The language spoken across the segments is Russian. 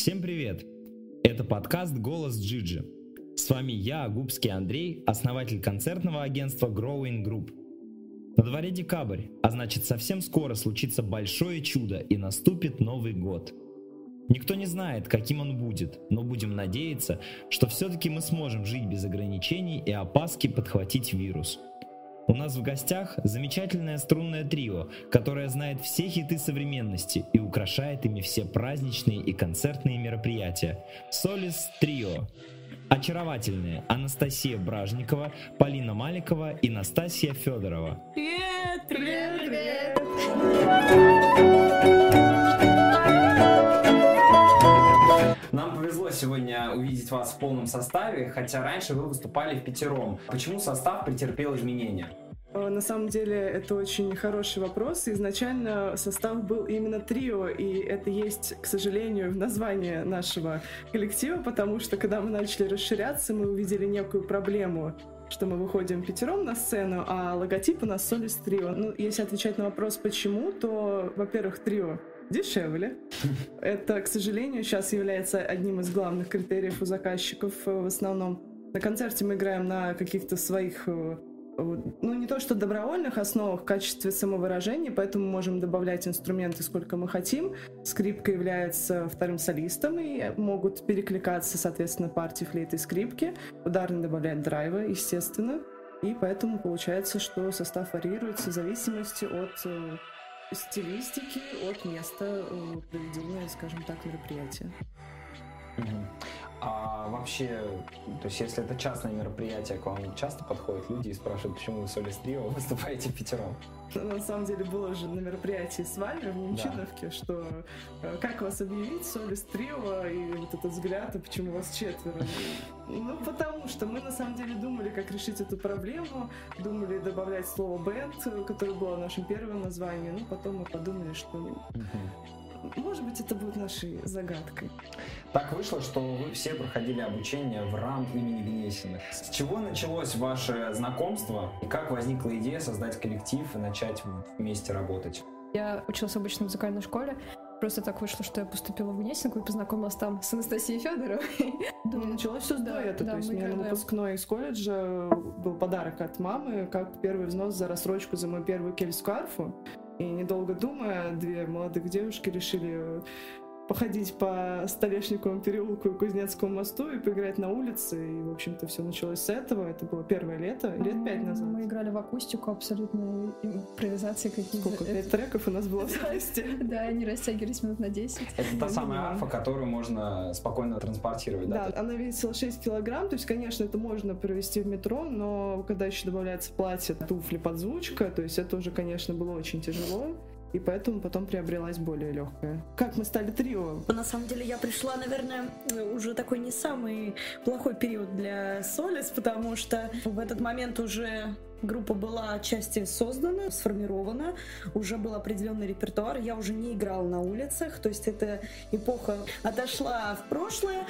Всем привет! Это подкаст «Голос Джиджи». С вами я, Губский Андрей, основатель концертного агентства Growing Group. На дворе декабрь, а значит совсем скоро случится большое чудо и наступит Новый год. Никто не знает, каким он будет, но будем надеяться, что все-таки мы сможем жить без ограничений и опаски подхватить вирус. У нас в гостях замечательное струнное трио, которое знает все хиты современности и украшает ими все праздничные и концертные мероприятия. Солис Трио. Очаровательные Анастасия Бражникова, Полина Маликова и Настасья Федорова. Привет! Привет! Нам повезло сегодня увидеть вас в полном составе, хотя раньше вы выступали впятером. Почему состав претерпел изменения? На самом деле это очень хороший вопрос. Изначально состав был именно трио, и это есть, к сожалению, в названии нашего коллектива, потому что когда мы начали расширяться, мы увидели некую проблему, что мы выходим пятером на сцену, а логотип у нас Солис Трио. Если отвечать на вопрос «почему?», то, во-первых, трио дешевле. Это, к сожалению, сейчас является одним из главных критериев у заказчиков в основном. На концерте мы играем на каких-то своих, не то что добровольных основах в качестве самовыражения, поэтому можем добавлять инструменты сколько мы хотим. Скрипка является вторым солистом, и могут перекликаться, соответственно, партии флейты и скрипки. Ударный добавляет драйва, естественно. И поэтому получается, что состав варьируется в зависимости от стилистики, от места проведения, скажем так, мероприятия. А вообще, то есть если это частное мероприятие, к вам часто подходят люди и спрашивают, почему вы Солис Трио выступаете пятером? На самом деле было же на мероприятии с вами в Немчиновке, что как вас объявить, Солис Трио, и вот этот взгляд, а почему вас четверо? Потому что мы на самом деле думали, как решить эту проблему, думали добавлять слово бэнд, которое было в нашем первом названии, потом мы подумали, что может быть, это будет нашей загадкой. Так вышло, что вы все проходили обучение в РАМ имени Гнесиных. С чего началось ваше знакомство и как возникла идея создать коллектив и начать вместе работать? Я училась в обычной музыкальной школе. Просто так вышло, что я поступила в Гнесинку и познакомилась там с Анастасией Федоровой. Началось все с дуэта. То есть у меня на выпускной из колледжа был подарок от мамы, как первый взнос за рассрочку за мою первую кельтскую арфу. И недолго думая, две молодых девушки решили походить по Столешниковому переулку и Кузнецкому мосту и поиграть на улице. И, в общем-то, все началось с этого. Это было первое лето, лет 5 назад. Мы играли в акустику, абсолютно импровизации какие-то. Сколько? 5 треков у нас было вместе. Да, они растягивались минут на 10. Это та самая арфа, которую можно спокойно транспортировать, да? Да, она весила 6 килограмм, то есть, конечно, это можно провести в метро, но когда еще добавляется платье, туфли, подзвучка, то есть это уже, конечно, было очень тяжело. И поэтому потом приобрелась более легкая. Как мы стали трио? На самом деле я пришла, наверное, уже такой не самый плохой период для Солис, потому что в этот момент уже группа была отчасти создана, сформирована, уже был определенный репертуар, я уже не играла на улицах, то есть эта эпоха отошла в прошлое,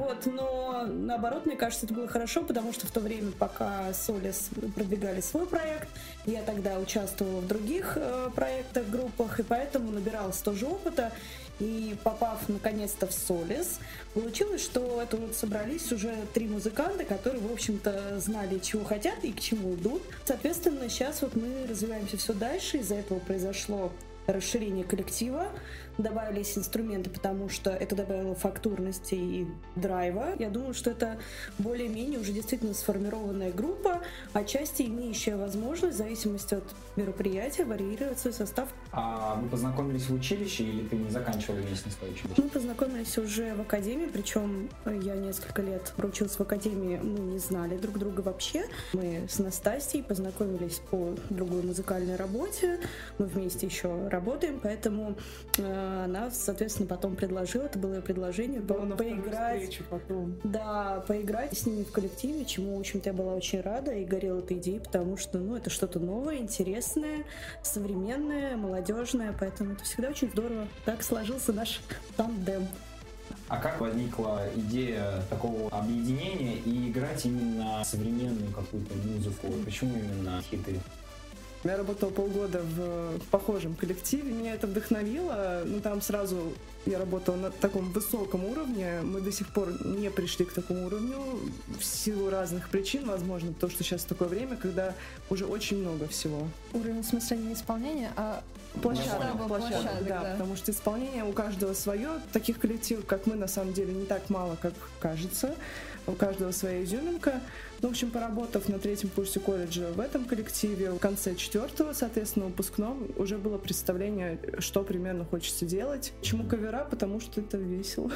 но наоборот, мне кажется, это было хорошо, потому что в то время, пока Солис продвигали свой проект, я тогда участвовала в других проектах, группах, и поэтому набиралась тоже опыта. И попав наконец-то в Солис, получилось, что это собрались уже 3 музыканта, которые, в общем-то, знали, чего хотят и к чему идут. Соответственно, сейчас мы развиваемся все дальше, из-за этого произошло расширение коллектива, добавились инструменты, потому что это добавило фактурности и драйва. Я думаю, что это более-менее уже действительно сформированная группа, отчасти имеющая возможность, в зависимости от мероприятия, варьировать свой состав. А вы познакомились в училище или ты не заканчивала Гнесинское училище? Мы познакомились уже в академии, причем я несколько лет проучилась в академии, мы не знали друг друга вообще. Мы с Настасьей познакомились по другой музыкальной работе, мы вместе еще работаем, поэтому она, соответственно, потом предложила, это было ее предложение, поиграть. Да, поиграть с ними в коллективе, чему, в общем-то, я была очень рада и горела этой идеей, потому что, это что-то новое, интересное, современное, молодежное, поэтому это всегда очень здорово. Так сложился наш тандем. А как возникла идея такого объединения и играть именно современную какую-то музыку? Почему именно хиты? Я работала полгода в похожем коллективе, меня это вдохновило, но там сразу я работала на таком высоком уровне, мы до сих пор не пришли к такому уровню в силу разных причин, возможно, потому что сейчас такое время, когда уже очень много всего. Уровень, в смысле, не исполнения, а Площадок, площадок, да, да. потому что исполнение у каждого свое. Таких коллективов, как мы, на самом деле, не так мало, как кажется. У каждого своя изюминка. Ну, в общем, поработав на 3-м курсе колледжа в этом коллективе, в конце 4-го, соответственно, выпускном, уже было представление, что примерно хочется делать. Почему кавера? Потому что это весело.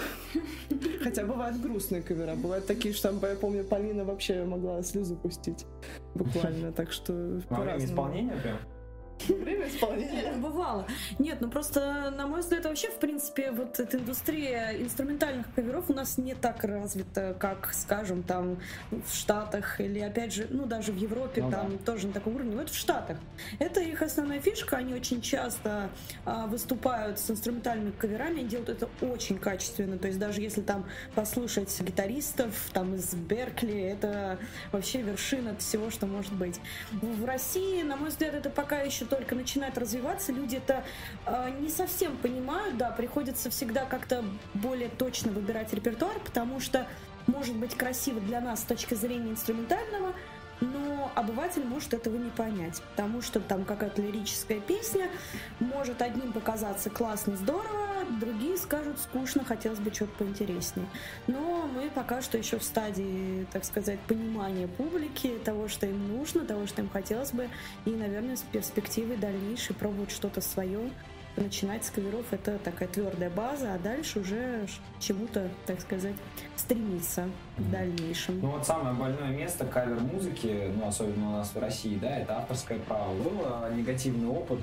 Хотя бывают грустные кавера. Бывают такие, что там, я помню, Полина вообще могла слезу пустить. Буквально. Так что Во время исполнения прям? Время исполнения. Бывало. Нет, ну просто, на мой взгляд, вообще, в принципе, вот эта индустрия инструментальных каверов у нас не так развита, как, скажем, там в Штатах или, опять же, ну даже в Европе, Ну, там тоже на таком уровне. Но это в Штатах. Это их основная фишка. Они очень часто выступают с инструментальными каверами, они делают это очень качественно. То есть даже если там послушать гитаристов там из Беркли, это вообще вершина всего, что может быть. В России, на мой взгляд, это пока еще только начинает развиваться, люди это не совсем понимают, да, приходится всегда как-то более точно выбирать репертуар, потому что может быть красиво для нас с точки зрения инструментального, но обыватель может этого не понять, потому что там какая-то лирическая песня может одним показаться классно, здорово, другие скажут скучно, хотелось бы что-то поинтереснее. Но мы пока что еще в стадии, так сказать, понимания публики, того, что им нужно, того, что им хотелось бы, и, наверное, с перспективой дальнейшей пробовать что-то свое. Начинать с каверов — это такая твердая база, а дальше уже к чему-то, так сказать, стремиться в дальнейшем. Ну вот самое больное место кавер-музыки, ну особенно у нас в России, да, это авторское право. Был негативный опыт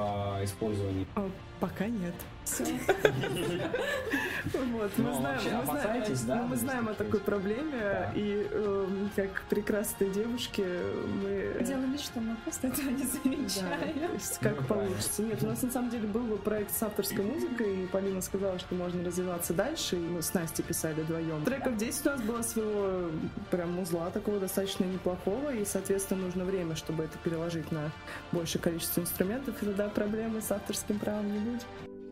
в использовании? Пока нет. Вот, Ну, вообще опасаетесь, да? мы знаем о такой проблеме, Да. и как прекрасные девушки мы... Делаем вид, что мы просто этого не Да, замечаем. то есть как Ну, получится. Нет, у нас на самом деле был проект с авторской музыкой, и Полина сказала, что можно развиваться дальше, и мы с Настей писали вдвоем. Треков 10 у нас было своего прям музла такого достаточно неплохого, и, соответственно, нужно время, чтобы это переложить на большее количество инструментов, и тогда проблемы с авторским правом не будет.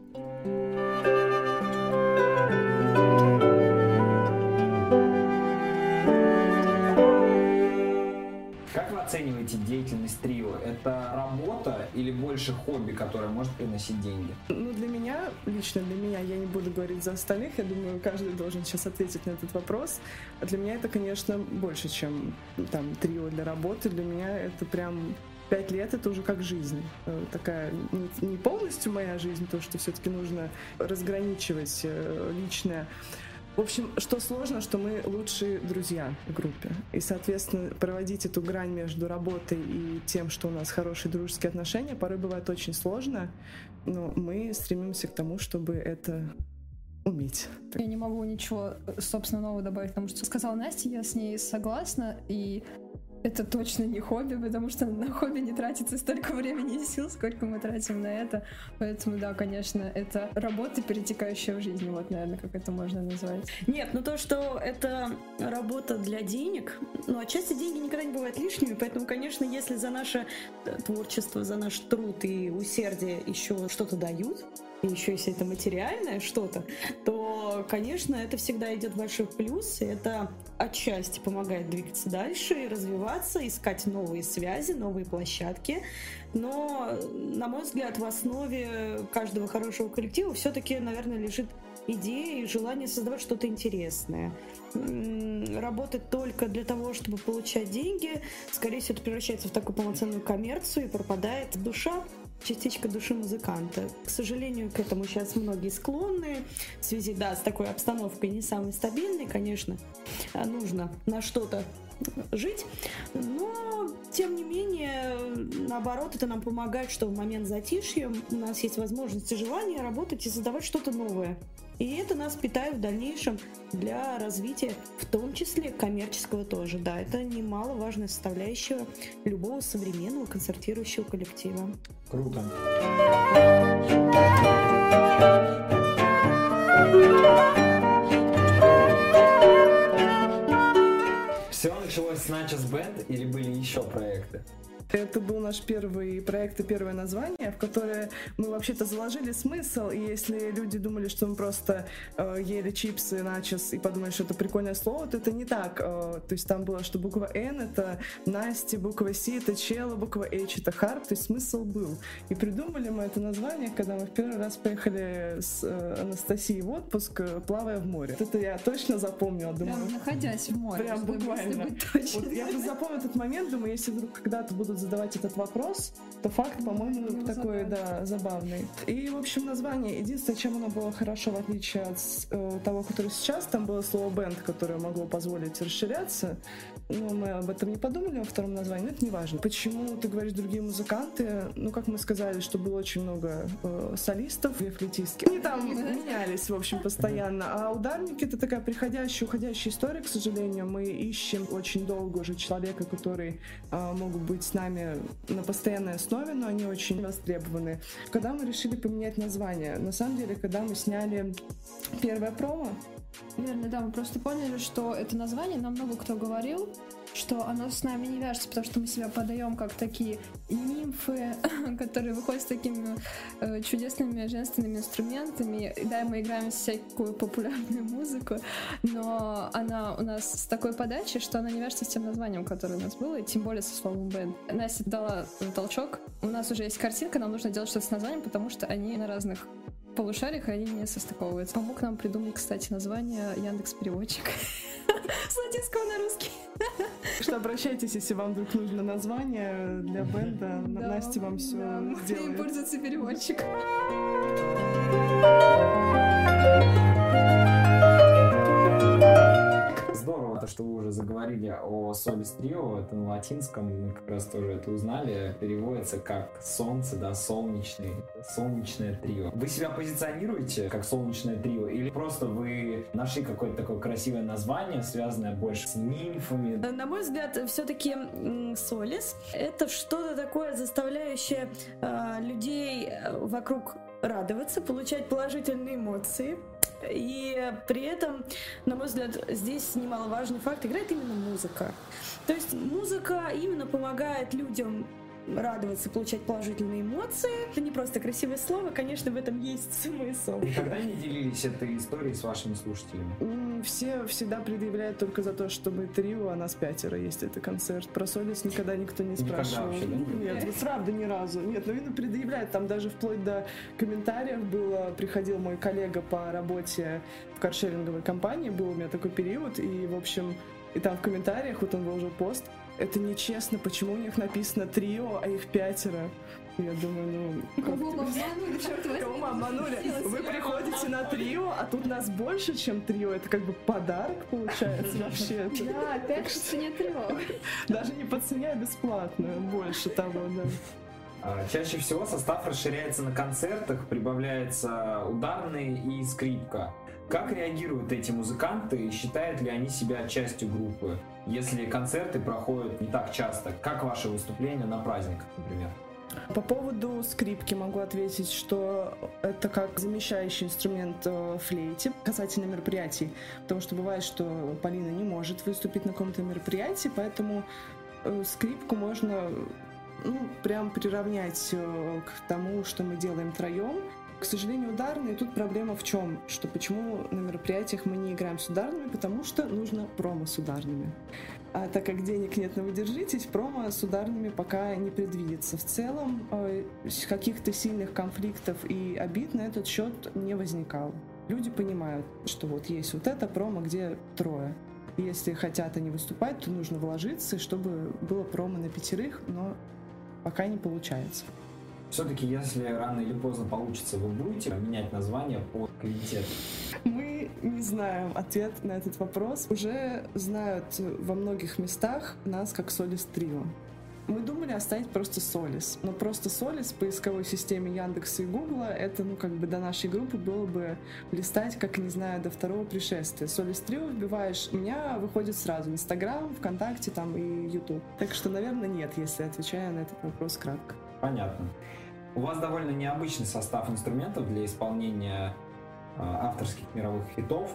Как вы оцениваете деятельность трио? Это работа или больше хобби, которое может приносить деньги? Ну, для меня, лично для меня, я не буду говорить за остальных, я думаю, каждый должен сейчас ответить на этот вопрос. А для меня это, конечно, больше, чем там трио для работы. Для меня это прям 5 лет — это уже как жизнь. Такая не полностью моя жизнь, то, что все-таки нужно разграничивать личное. В общем, что сложно, что мы лучшие друзья в группе. И, соответственно, проводить эту грань между работой и тем, что у нас хорошие дружеские отношения, порой бывает очень сложно, но мы стремимся к тому, чтобы это уметь. Я не могу ничего, собственно, нового добавить, потому что сказала Настя, я с ней согласна, и это точно не хобби, потому что на хобби не тратится столько времени и сил, сколько мы тратим на это. Поэтому, да, конечно, это работа, перетекающая в жизнь, вот, наверное, как это можно назвать. Нет, ну то, что это работа для денег, ну, отчасти деньги никогда не бывают лишними, поэтому, конечно, если за наше творчество, за наш труд и усердие еще что-то дают, и еще если это материальное что-то, то, конечно, это всегда идет в большой плюс, и это отчасти помогает двигаться дальше и развиваться, искать новые связи, новые площадки. Но, на мой взгляд, в основе каждого хорошего коллектива все-таки, наверное, лежит идея и желание создавать что-то интересное. Работать только для того, чтобы получать деньги, скорее всего, это превращается в такую полноценную коммерцию и пропадает душа, частичка души музыканта. К сожалению, к этому сейчас многие склонны. В связи, да, с такой обстановкой не самой стабильной, конечно, нужно на что-то жить, но тем не менее, наоборот, это нам помогает, что в момент затишья у нас есть возможность и желание работать и создавать что-то новое. И это нас питает в дальнейшем для развития, в том числе коммерческого тоже. Да, это немаловажная составляющая любого современного концертирующего коллектива. Круто. Все началось с Nachos Band или были еще проекты? Это был наш первый проект и первое название, в которое мы вообще-то заложили смысл, и если люди думали, что мы просто ели чипсы, начос и подумали, что это прикольное слово, то это не так. То есть там было, что буква N — это Настя, буква С — это Чела, буква H — это Харп, то есть смысл был. И придумали мы это название, когда мы в первый раз поехали с Анастасией в отпуск, плавая в море. Это я точно запомнила. Думаю, Прям находясь в море. прям буквально. Вот я бы запомнила этот момент, думаю, если вдруг когда-то будут задавать этот вопрос, то факт, по-моему, такой, да, забавный. И, в общем, название, единственное, чем оно было хорошо, в отличие от того, которое сейчас, там было слово «бэнд», которое могло позволить расширяться, но мы об этом не подумали во втором названии, но это не важно. Почему ты говоришь другие музыканты? Ну, как мы сказали, что было очень много солистов, две флейтистки. Они там менялись, в общем, постоянно. А ударники — это такая приходящая, уходящая история, к сожалению. Мы ищем очень долго уже человека, который могут быть с нами на постоянной основе, но они очень востребованы. Когда мы решили поменять название? На самом деле, когда мы сняли первое промо, Верно, да, мы просто поняли, что это название, нам много кто говорил, что оно с нами не вяжется, потому что мы себя подаем как такие нимфы, которые выходят с такими чудесными женственными инструментами. И да, мы играем всякую популярную музыку, но она у нас с такой подачей, что она не вяжется с тем названием, которое у нас было, и тем более со словом «бэнд». Настя дала толчок. У нас уже есть картинка, нам нужно делать что-то с названием, потому что они на разных полушариях, они не состыковываются. Помог нам придумать, кстати, название Яндекс.Переводчик с латинского на русский. Так что обращайтесь, если вам вдруг нужно название для бенда. Настя вам все сделает. И пользуется переводчик. Здорово, то, что вы уже заговорили о Solis Trio, это на латинском, мы как раз тоже это узнали, переводится как солнце, да, солнечное трио. Вы себя позиционируете как солнечное трио или просто вы нашли какое-то такое красивое название, связанное больше с нимфами? На мой взгляд, все-таки Solis — это что-то такое, заставляющее людей вокруг радоваться, получать положительные эмоции. И при этом, на мой взгляд, здесь немаловажный факт — играет именно музыка. То есть музыка именно помогает людям радоваться, получать положительные эмоции. Это не просто красивое слово, конечно, в этом есть смысл. Никогда не делились этой историей с вашими слушателями? Все всегда предъявляют только за то, что мы трио, а нас 5, если это концерт. Про Солис никогда никто не спрашивал. Вообще, да? Нет, вот правда ни разу. Нет, ну видно, предъявляют. Там даже вплоть до комментариев было, приходил мой коллега по работе в каршеринговой компании, был у меня такой период, и, в общем, и там в комментариях, вот он выложил пост: это нечестно, почему у них написано трио, а их 5. Я думаю, Кого мы обманули, черт возьми? Кого мы обманули? Вы приходите на трио, а тут нас больше, чем трио. Это как бы подарок получается вообще. Да, опять по цене трио. Даже не по цене, а бесплатно. Больше того, да. Чаще всего состав расширяется на концертах, прибавляется ударный и скрипка. Как реагируют эти музыканты и считают ли они себя частью группы, если концерты проходят не так часто? Как ваши выступления на праздниках, например? По поводу скрипки могу ответить, что это как замещающий инструмент флейте касательно мероприятий. Потому что бывает, что Полина не может выступить на каком-то мероприятии, поэтому скрипку можно прям приравнять к тому, что мы делаем втроем. К сожалению, ударные. Тут проблема в чем? Что почему на мероприятиях мы не играем с ударными? Потому что нужно промо с ударными. А так как денег нет на «Вы держитесь», промо с ударными пока не предвидится. В целом, каких-то сильных конфликтов и обид на этот счет не возникало. Люди понимают, что вот есть вот это промо, где 3. Если хотят они выступать, то нужно вложиться, чтобы было промо на 5, но пока не получается. Все-таки, если рано или поздно получится, вы будете менять название по квинтету? Мы не знаем ответ на этот вопрос. Уже знают во многих местах нас как Solis Trio. Мы думали оставить просто Solis, но просто Solis в поисковой системе Яндекса и Гугла это, до нашей группы было бы листать, как, не знаю, до второго пришествия. Solis Trio вбиваешь, у меня выходит сразу Инстаграм, ВКонтакте там и Ютуб. Так что, наверное, нет, если отвечаю на этот вопрос кратко. Понятно. У вас довольно необычный состав инструментов для исполнения авторских мировых хитов.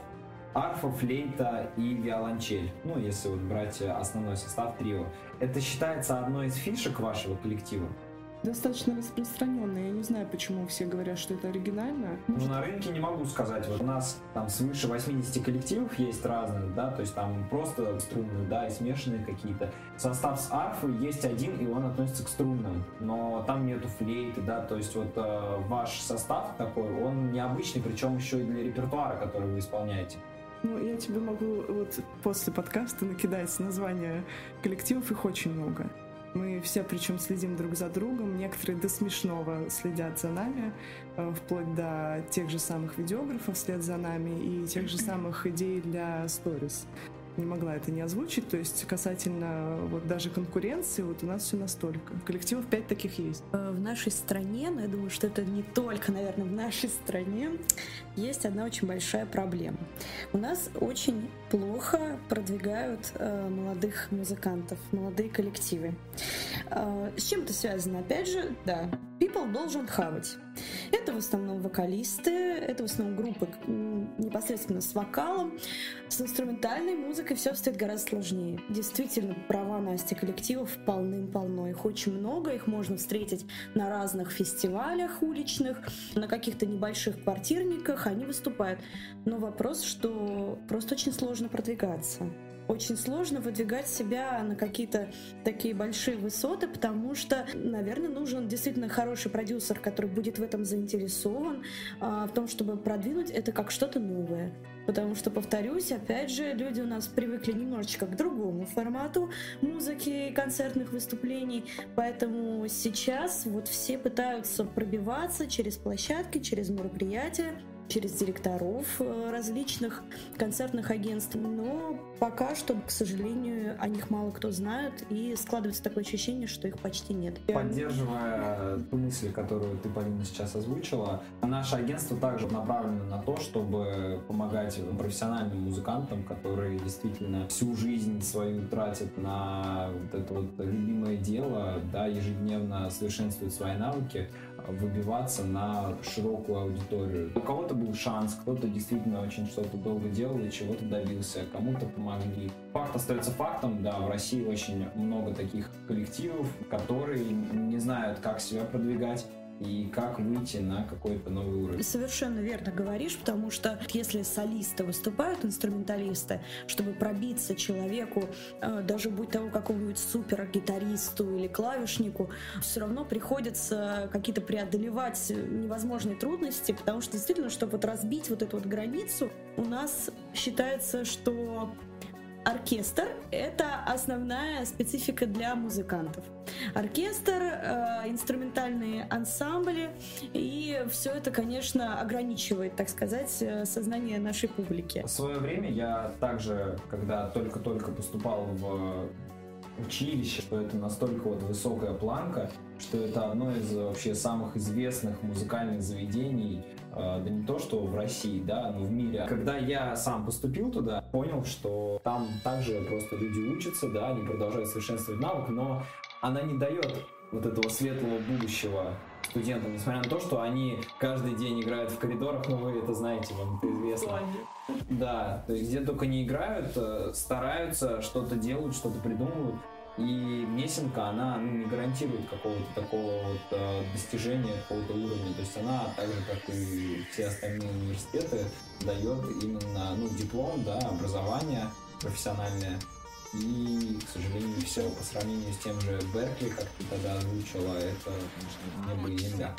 арфа, флейта и виолончель. Ну, если вот брать основной состав трио. Это считается одной из фишек вашего коллектива? Достаточно распространенная. Я не знаю, почему все говорят, что это оригинально. Ну, на рынке не могу сказать. Вот у нас там свыше 80 коллективов есть разных, да, то есть там просто струнные, да, и смешанные какие-то. Состав с арфой есть один, и он относится к струнным, но там нету флейты, да, то есть вот ваш состав такой, он необычный, причем еще и для репертуара, который вы исполняете. Ну, я тебе могу вот после подкаста накидать названия коллективов, их очень много. Мы все причем следим друг за другом, некоторые до смешного следят за нами, вплоть до тех же самых видеографов вслед за нами и тех же самых идей для сторис. Не могла это не озвучить, то есть касательно вот даже конкуренции, вот у нас все настолько. Коллективов 5 таких есть. В нашей стране, но я думаю, что это не только, наверное, в нашей стране, есть одна очень большая проблема. У нас очень плохо продвигают молодых музыкантов, молодые коллективы. С чем это связано? Опять же, да, people должен хавать. Это в основном вокалисты, это в основном группы непосредственно с вокалом, с инструментальной музыкой все стоит гораздо сложнее. Действительно, права Насти, коллективов полным-полно. Их очень много, их можно встретить на разных фестивалях уличных, на каких-то небольших квартирниках, они выступают. Но вопрос, что просто очень сложно продвигаться. Очень сложно выдвигать себя на какие-то такие большие высоты, потому что, наверное, нужен действительно хороший продюсер, который будет в этом заинтересован, в том, чтобы продвинуть это как что-то новое. Потому что, повторюсь, опять же, люди у нас привыкли немножечко к другому формату музыки и концертных выступлений, поэтому сейчас вот все пытаются пробиваться через площадки, через мероприятия, через директоров различных концертных агентств, но пока что, к сожалению, о них мало кто знает, и складывается такое ощущение, что их почти нет. Поддерживая ту мысль, которую ты, Полина, сейчас озвучила, наше агентство также направлено на то, чтобы помогать профессиональным музыкантам, которые действительно всю жизнь свою тратят на вот это вот любимое дело, да, ежедневно совершенствуют свои навыки, выбиваться на широкую аудиторию. У кого-то был шанс, кто-то действительно очень что-то долго делал и чего-то добился, кому-то помогли. Факт остается фактом, да, в России очень много таких коллективов, которые не знают, как себя продвигать и как выйти на какой-то новый уровень. Совершенно верно говоришь, потому что если солисты выступают, инструменталисты, чтобы пробиться человеку, даже будь того какому-нибудь супер-гитаристу или клавишнику, все равно приходится какие-то преодолевать невозможные трудности, потому что действительно, чтобы вот разбить вот эту вот границу, у нас считается, что оркестр — это основная специфика для музыкантов. Оркестр, инструментальные ансамбли, и все это, конечно, ограничивает, так сказать, сознание нашей публики. В свое время я также, когда только-только поступал в училище, что это настолько вот высокая планка, что это одно из вообще самых известных музыкальных заведений, да не то что в России, да, но в мире. Когда я сам поступил туда, понял, что там также просто люди учатся, да, они продолжают совершенствовать навык, но она не дает вот этого светлого будущего студентам, несмотря на то, что они каждый день играют в коридорах, но вы это знаете, вам это известно. Да, то есть где только не играют, стараются, что-то делают, что-то придумывают. И Месенка, она не гарантирует какого-то такого вот достижения, какого-то уровня. То есть она, так же как и все остальные университеты, дает именно диплом, да, образование профессиональное. И, к сожалению, все по сравнению с тем же Беркли, как ты тогда озвучила, это, конечно, небо и земля.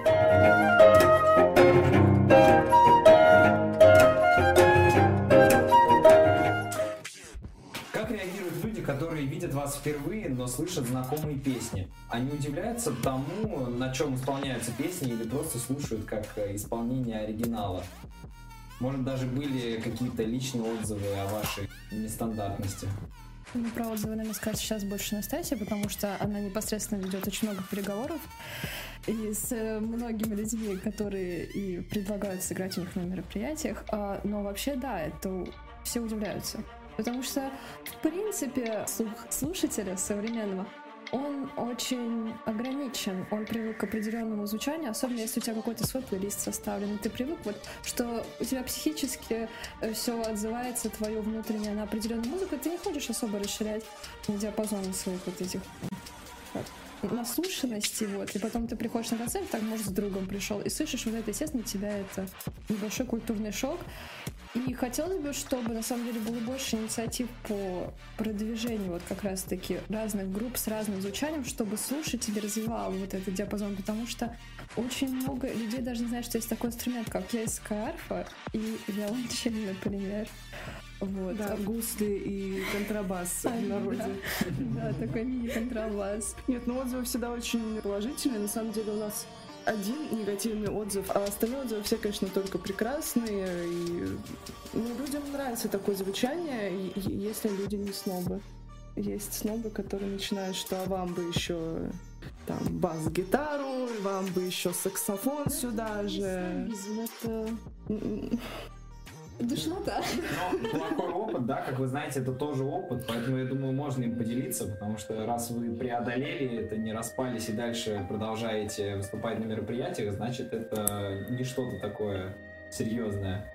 Как реагируют люди, которые видят вас впервые, но слышат знакомые песни? Они удивляются тому, на чем исполняются песни, или просто слушают как исполнение оригинала? Может, даже были какие-то личные отзывы о вашей нестандартности? Ну, про отзывы, наверное, сказать сейчас больше Настасья, потому что она непосредственно ведет очень много переговоров и с многими людьми, которые и предлагают сыграть у них на мероприятиях. Но вообще, да, это все удивляются. Потому что, в принципе, слух слушателя современного, он очень ограничен, он привык к определенному звучанию, особенно если у тебя какой-то свой плейлист составлен, и ты привык, вот, что у тебя психически все отзывается, твое внутреннее, на определенную музыку, и ты не хочешь особо расширять диапазон своих вот этих наслушанности, вот, и потом ты приходишь на концерт, так, может, с другом пришел, и слышишь вот это, естественно, для тебя это небольшой культурный шок. И хотелось бы, чтобы, на самом деле, было больше инициатив по продвижению вот как раз-таки разных групп с разным звучанием, чтобы слушатель развивал вот этот диапазон, потому что очень много людей даже не знают, что есть такой инструмент, как яйская арфа и виолончель, например. Вот. Да, гусли и контрабас в народе. Да, такой мини-контрабас. Нет, ну отзывы всегда очень положительные. На самом деле у нас один негативный отзыв, а остальные отзывы все, конечно, только прекрасные. И людям нравится такое звучание, если люди не снобы. Есть снобы, которые начинают, что а вам бы еще там бас-гитару, вам бы еще саксофон сюда же. Это душнота. Но плохой опыт, да, как вы знаете, это тоже опыт, поэтому я думаю, можно им поделиться, потому что раз вы преодолели это, не распались и дальше продолжаете выступать на мероприятиях, значит, это не что-то такое серьезное.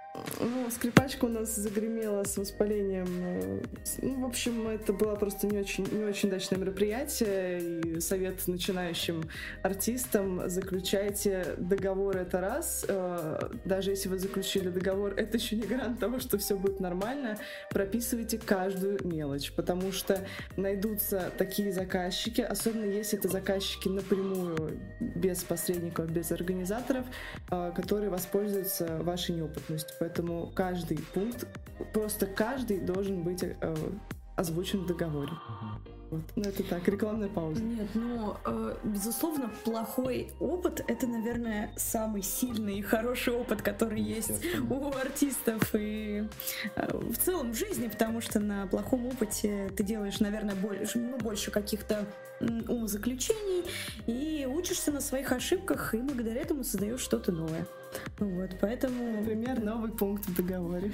Ну, скрипачка у нас загремела с воспалением. Ну, в общем, это было просто не очень удачное мероприятие. И совет начинающим артистам: заключайте договор, это раз. Даже если вы заключили договор, это еще не гарант того, что все будет нормально. Прописывайте каждую мелочь, потому что найдутся такие заказчики, особенно если это заказчики напрямую, без посредников, без организаторов, которые воспользуются вашей неопытностью. Поэтому каждый пункт, просто каждый должен быть озвучен в договоре. Вот. Ну, это так, рекламная пауза. Нет, безусловно, плохой опыт — это, наверное, самый сильный и хороший опыт, который есть у артистов и в целом в жизни, потому что на плохом опыте ты делаешь, наверное, больше каких-то умозаключений и учишься на своих ошибках, и благодаря этому создаешь что-то новое. Вот, поэтому... Например, новый пункт в договоре.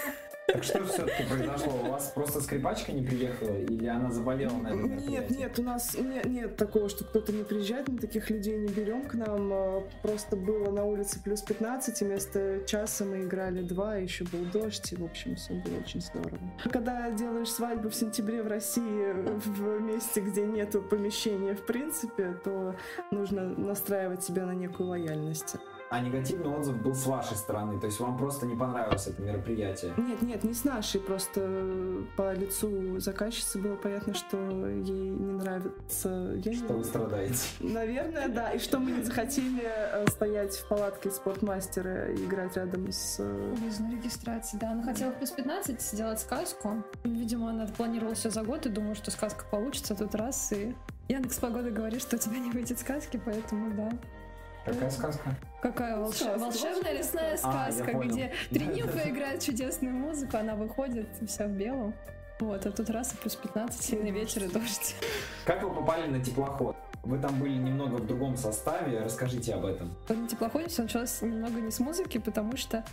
Так что все-таки произошло? У вас просто скрипачка не приехала или она заболела на этом мероприятии? Нет, у нас нет такого, что кто-то не приезжает, мы таких людей не берем к нам. Просто было на улице плюс 15, и вместо часа мы играли 2, еще был дождь, и, в общем, все было очень здорово. Когда делаешь свадьбу в сентябре в России, в месте, где нету помещения в принципе, то нужно настраивать себя на некую лояльность. А негативный отзыв был с вашей стороны, то есть вам просто не понравилось это мероприятие? Нет, не с нашей, просто по лицу заказчицы было понятно, что ей не нравится... Что вы страдаете? Наверное, да, и что мы не захотели стоять в палатке спортмастера и играть рядом с... Выездной регистрации, да, она хотела в плюс 15 сделать сказку, видимо, она планировала все за год и думала, что сказка получится тут раз, и Яндекс.Погода говорит, что у тебя не выйдет сказки, поэтому да. Какая сказка? Какая волшебная лесная сказка, где 3 нимфы играют чудесную музыку, она выходит вся в белом. Вот, а тут раз и плюс 15, сильный ветер и дождь. Как вы попали на теплоход? Вы там были немного в другом составе, расскажите об этом. На теплоходе все началось немного не с музыки, потому что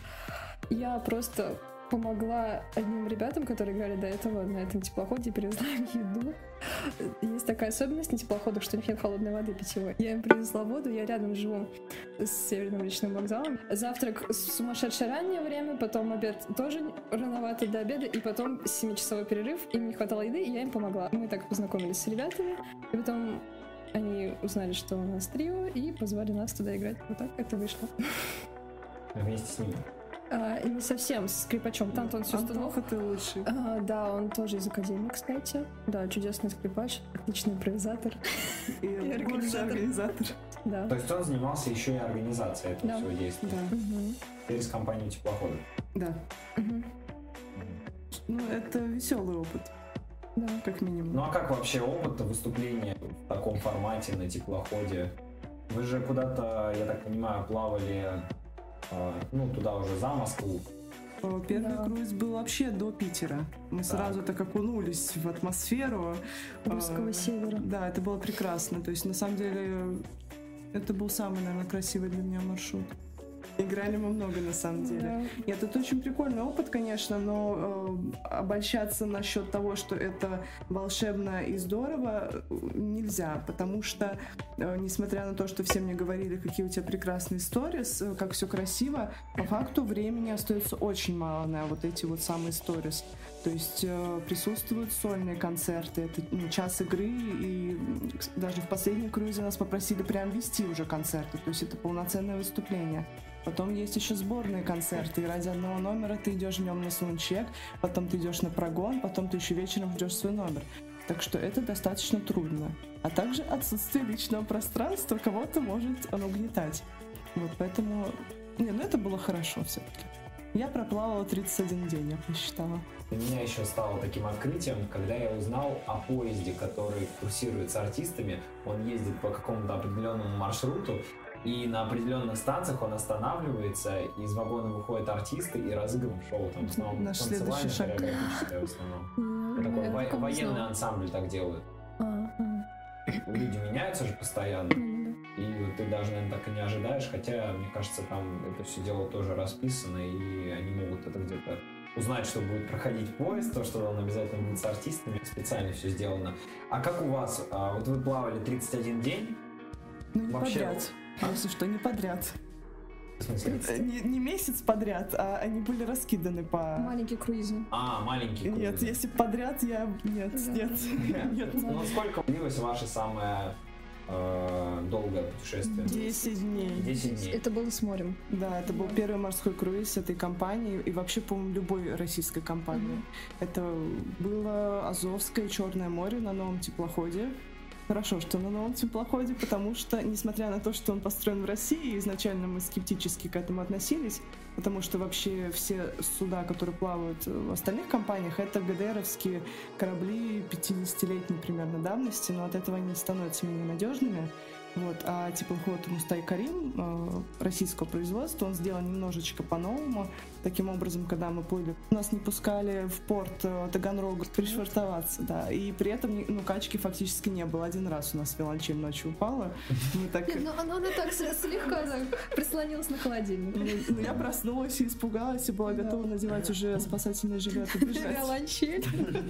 я просто помогла одним ребятам, которые играли до этого на этом теплоходе, перевезла им еду. Есть такая особенность на теплоходах, что у них нет холодной воды питьевой. Я им привезла воду, я рядом живу с Северным речным вокзалом. Завтрак сумасшедшее раннее время, потом обед тоже рановато до обеда, и потом 7-часовой перерыв, им не хватало еды, и я им помогла. Мы так познакомились с ребятами, и потом они узнали, что у нас трио, и позвали нас туда играть. Вот так это вышло. Вместе с ними? И не совсем с скрипачом. Там он Антонов это лучший. Да, он тоже из академии, кстати. Да, чудесный скрипач, отличный импровизатор. И организатор. Да. То есть он занимался еще и организацией этого всего действия. Да. Теперь с компанией теплохода. Да. Ну, это веселый опыт. Да. Как минимум. Ну а как вообще опыт выступления в таком формате на теплоходе? Вы же куда-то, я так понимаю, плавали туда уже за Москву. Первый круиз был вообще до Питера. Мы сразу так окунулись в атмосферу русского севера. Да, это было прекрасно. То есть, на самом деле, это был самый, наверное, красивый для меня маршрут. Играли мы много, на самом деле. Нет, это очень прикольный опыт, конечно, но обольщаться насчет того, что это волшебно и здорово, нельзя, потому что, несмотря на то, что все мне говорили, какие у тебя прекрасные сторис, как все красиво, по факту времени остается очень мало на вот эти вот самые сторис. То есть присутствуют сольные концерты, это час игры, и даже в последнем круизе нас попросили прям вести уже концерты, то есть это полноценное выступление. Потом есть еще сборные концерты, и ради одного номера ты идешь днем на саундчек, потом ты идешь на прогон, потом ты еще вечером ждешь свой номер. Так что это достаточно трудно. А также отсутствие личного пространства кого-то может угнетать. Вот поэтому... это было хорошо все-таки. Я проплавала 31 день, я посчитала. Для меня еще стало таким открытием, когда я узнал о поезде, который курсирует с артистами. Он ездит по какому-то определенному маршруту, и на определенных станциях он останавливается, и из вагона выходят артисты и разыгрывают шоу. Там в основном танцевальное, хореографическое в основном. Вот такой военный ансамбль так делают. Люди меняются же постоянно. И ты даже, наверное, так и не ожидаешь, хотя, мне кажется, там это все дело тоже расписано, и они могут это где-то узнать, что будет проходить поезд, то, что он обязательно будет с артистами, специально все сделано. А как у вас? Вот вы плавали 31 день? Не вообще... подряд, если что, не подряд. В смысле? Не месяц подряд, а они были раскиданы по... Маленькие круизы. Маленькие круизы. Нет, если подряд, нет. Ну, сколько длилось ваше самое... долгое путешествие? 10 дней. 10 дней. Это было с морем. Да, это был первый морской круиз этой компании и вообще, по-моему, любой российской компании. Это было Азовское и Черное море на новом теплоходе. Хорошо, что на новом теплоходе, потому что, несмотря на то, что он построен в России, изначально мы скептически к этому относились, потому что вообще все суда, которые плавают в остальных компаниях, это ГДРовские корабли 50-летней примерно давности, но от этого они становятся менее надежными. Вот. А теплоход Мустай Карим российского производства, он сделан немножечко по-новому. Таким образом, когда мы плыли, нас не пускали в порт Таганрога пришвартоваться, да. И при этом качки фактически не было. Один раз у нас виолончель ночью упала. Она так слегка прислонилась на холодильник. Я проснулась и испугалась, и была готова надевать уже спасательный жилет и бежать. Виолончель.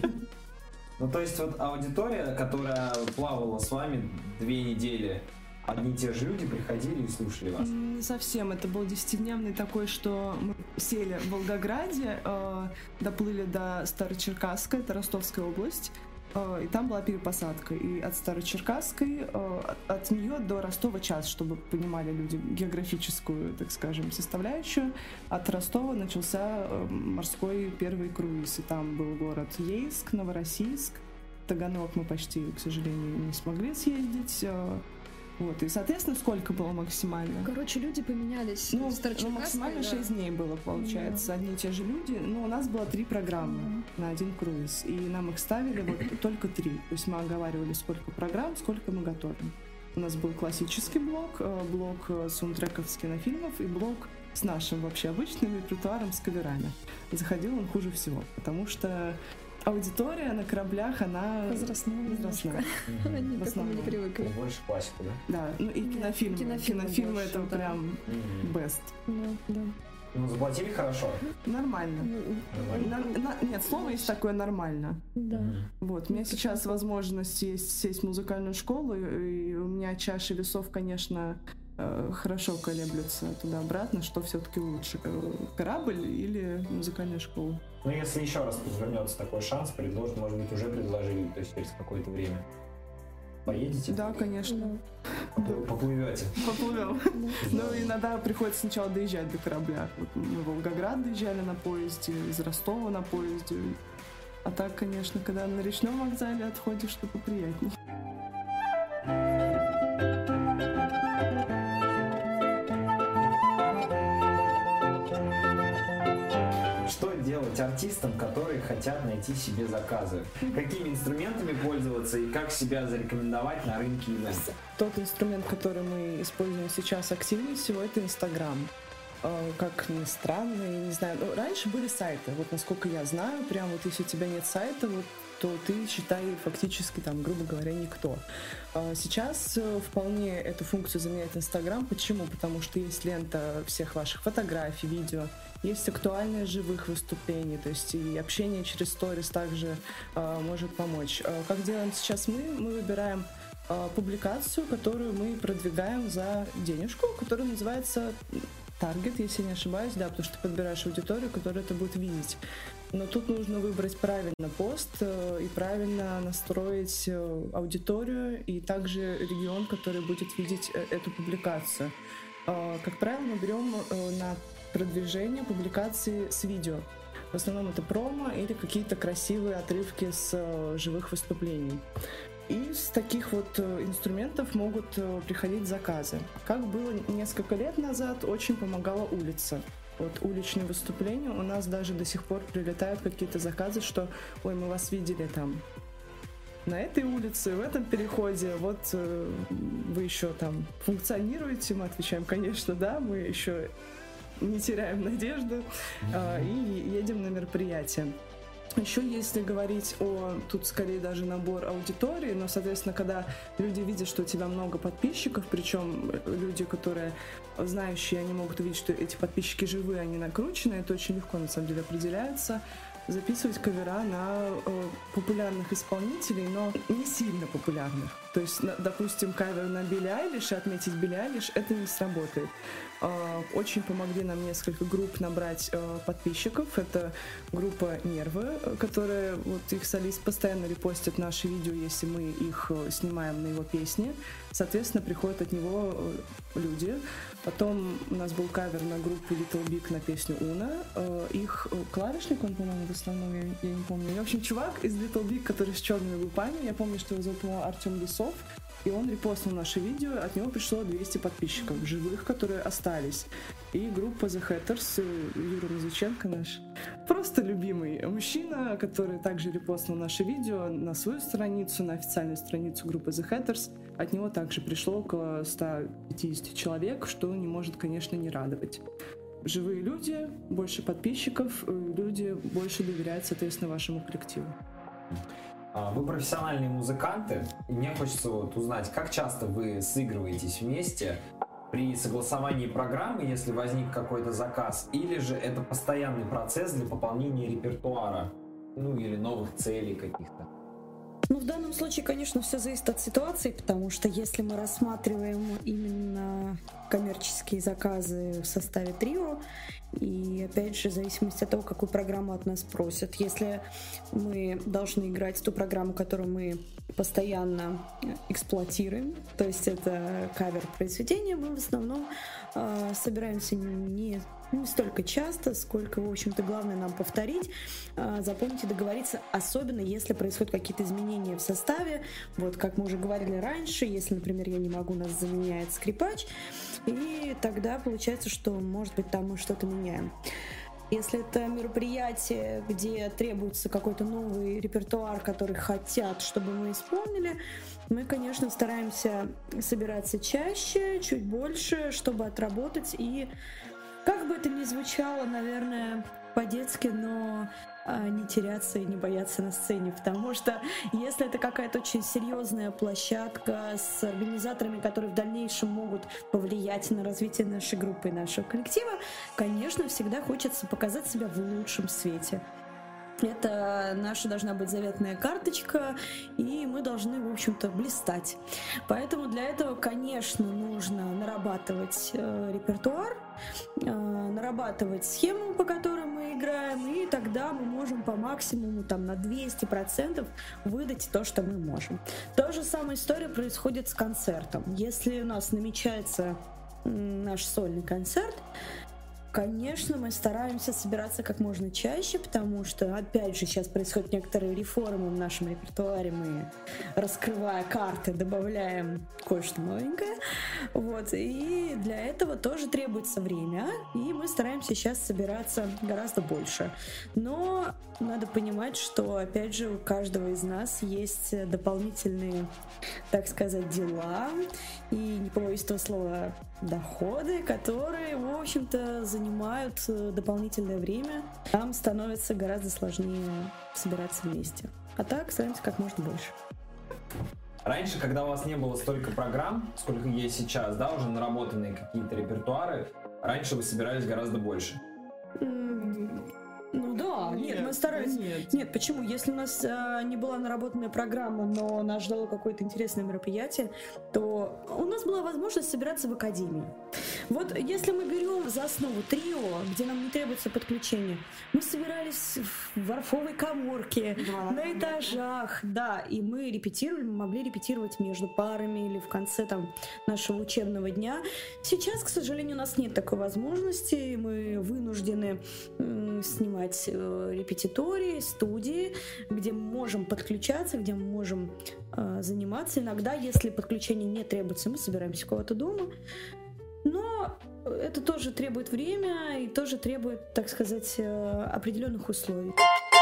То есть вот аудитория, которая плавала с вами 2 недели, одни и те же люди приходили и слушали вас? Не совсем. Это был 10-дневный такой, что мы сели в Волгограде, доплыли до Старочеркасска, это Ростовская область, и там была перепосадка. И от Старочеркасской, от нее до Ростова час, чтобы понимали люди географическую, так скажем, составляющую. От Ростова начался морской первый круиз. И там был город Ейск, Новороссийск. Таганрог мы почти, к сожалению, не смогли съездить. Вот, и, соответственно, сколько было максимально? Короче, люди поменялись. Максимально 6 дней было, получается, одни и те же люди. Но у нас было 3 программы на один круиз, и нам их ставили вот только 3. То есть мы оговаривали, сколько программ, сколько мы готовим. У нас был классический блок, блок саундтреков с кинофильмов и блок с нашим вообще обычным репертуаром с каверами. Заходил он хуже всего, потому что аудитория на кораблях, она возрастная. Они к этому не привыкли. Больше классику, да? Да, и кинофильмы. Кинофильмы это прям best. Да. Заплатили хорошо? Нормально. Нет, слово есть такое «нормально». Да. Вот, у меня сейчас возможность есть сесть в музыкальную школу, и у меня чаши весов, конечно, хорошо колеблются туда-обратно, что все-таки лучше, корабль или музыкальная школа. Если еще раз вернется такой шанс, предложат, может быть, уже предложили, то есть через какое-то время. Поедете? Да, конечно. Поплывете? Поплывем. Но иногда приходится сначала доезжать до корабля. Вот мы в Волгоград доезжали на поезде, из Ростова на поезде. А так, конечно, когда на речном вокзале отходишь, то поприятней. Что делать артистам, которые хотят найти себе заказы? Какими инструментами пользоваться и как себя зарекомендовать на рынке ивента? Тот инструмент, который мы используем сейчас активнее всего, это Инстаграм. как ни странно, я не знаю. Но раньше были сайты, вот насколько я знаю, прям вот если у тебя нет сайта, вот, то ты, считай, фактически там, грубо говоря, никто. Сейчас вполне эту функцию заменяет Инстаграм. Почему? Потому что есть лента всех ваших фотографий, видео, есть актуальные живых выступлений, то есть и общение через сторис также может помочь. Как делаем сейчас мы? Мы выбираем публикацию, которую мы продвигаем за денежку, которая называется таргет, если не ошибаюсь, да, потому что ты подбираешь аудиторию, которая это будет видеть. Но тут нужно выбрать правильно пост и правильно настроить аудиторию и также регион, который будет видеть эту публикацию. Как правило, мы берем на продвижение публикации с видео. В основном это промо или какие-то красивые отрывки с живых выступлений. И с таких вот инструментов могут приходить заказы. Как было несколько лет назад, очень помогала улица. Вот уличные выступления, у нас даже до сих пор прилетают какие-то заказы, что «Ой, мы вас видели там на этой улице, в этом переходе, вот вы еще там функционируете?» Мы отвечаем, конечно, да, мы еще не теряем надежды и едем на мероприятие. Еще если говорить тут скорее даже набор аудитории, но, соответственно, когда люди видят, что у тебя много подписчиков, причем люди, которые знающие, они могут увидеть, что эти подписчики живые, они накручены, это очень легко, на самом деле, определяется. Записывать кавера на популярных исполнителей, но не сильно популярных. То есть, допустим, кавер на Билли Айлиш и отметить Билли Айлиш, это не сработает. Очень помогли нам несколько групп набрать подписчиков. Это группа «Нервы», которая, вот их солист постоянно репостит наши видео, если мы их снимаем на его песни. Соответственно, приходят от него люди. Потом у нас был кавер на группу Little Big на песню «Уна». Их клавишник, он, по-моему, в основном, я не помню. В общем, чувак из Little Big, который с черными губами, я помню, что его зовут Артем Лисов, и он репостнул наше видео, от него пришло 200 подписчиков, живых, которые остались. И группа The Hatters, Юра Музыченко наш, просто любимый мужчина, который также репостнул наше видео на свою страницу, на официальную страницу группы The Hatters. От него также пришло около 150 человек, что не может, конечно, не радовать. Живые люди, больше подписчиков, люди больше доверяют, соответственно, вашему коллективу. Вы профессиональные музыканты, и мне хочется вот узнать, как часто вы сыгрываетесь вместе при согласовании программы, если возник какой-то заказ, или же это постоянный процесс для пополнения репертуара, ну или новых целей каких-то? Ну, в данном случае, конечно, все зависит от ситуации, потому что если мы рассматриваем именно коммерческие заказы в составе трио, и, опять же, в зависимости от того, какую программу от нас просят. Если мы должны играть ту программу, которую мы постоянно эксплуатируем, то есть это кавер-произведение, мы в основном собираемся не столько часто, сколько, в общем-то, главное нам повторить, запомнить и договориться, особенно если происходят какие-то изменения в составе. Вот, как мы уже говорили раньше, если, например, я не могу, нас заменяет скрипач, и тогда получается, что, может быть, там мы что-то меняем. Если это мероприятие, где требуется какой-то новый репертуар, который хотят, чтобы мы исполнили, мы, конечно, стараемся собираться чаще, чуть больше, чтобы отработать. И как бы это ни звучало, наверное, по-детски, но не теряться и не бояться на сцене, потому что если это какая-то очень серьезная площадка с организаторами, которые в дальнейшем могут повлиять на развитие нашей группы и нашего коллектива, конечно, всегда хочется показать себя в лучшем свете. Это наша должна быть заветная карточка, и мы должны, в общем-то, блистать. Поэтому для этого, конечно, нужно нарабатывать репертуар, нарабатывать схему, по которой мы играем, и тогда мы можем по максимуму там, на 200% выдать то, что мы можем. Та же самая история происходит с концертом. Если у нас намечается наш сольный концерт, конечно, мы стараемся собираться как можно чаще, потому что, опять же, сейчас происходят некоторые реформы в нашем репертуаре. Мы, раскрывая карты, добавляем кое-что новенькое. Вот. И для этого тоже требуется время, и мы стараемся сейчас собираться гораздо больше. Но надо понимать, что, опять же, у каждого из нас есть дополнительные, так сказать, дела. И, не побоюсь этого слова, доходы, которые, в общем-то, занимают дополнительное время. Там становится гораздо сложнее собираться вместе. А так, стараемся как можно больше. Раньше, когда у вас не было столько программ, сколько есть сейчас, да, уже наработанные какие-то репертуары, раньше вы собирались гораздо больше. Ну да, нет, мы старались. Нет, почему? Если у нас не была наработанная программа, но нас ждало какое-то интересное мероприятие, то у нас была возможность собираться в академии. Вот если мы берем за основу трио, где нам не требуется подключение, мы собирались в варфовой каморке, на этажах, да, и мы репетировали, мы могли репетировать между парами или в конце там нашего учебного дня. Сейчас, к сожалению, у нас нет такой возможности, мы вынуждены снимать репетитории, студии, где мы можем подключаться, где мы можем заниматься. Иногда, если подключение не требуется, мы собираемся у кого-то дома. Но это тоже требует время и тоже требует, так сказать, определенных условий.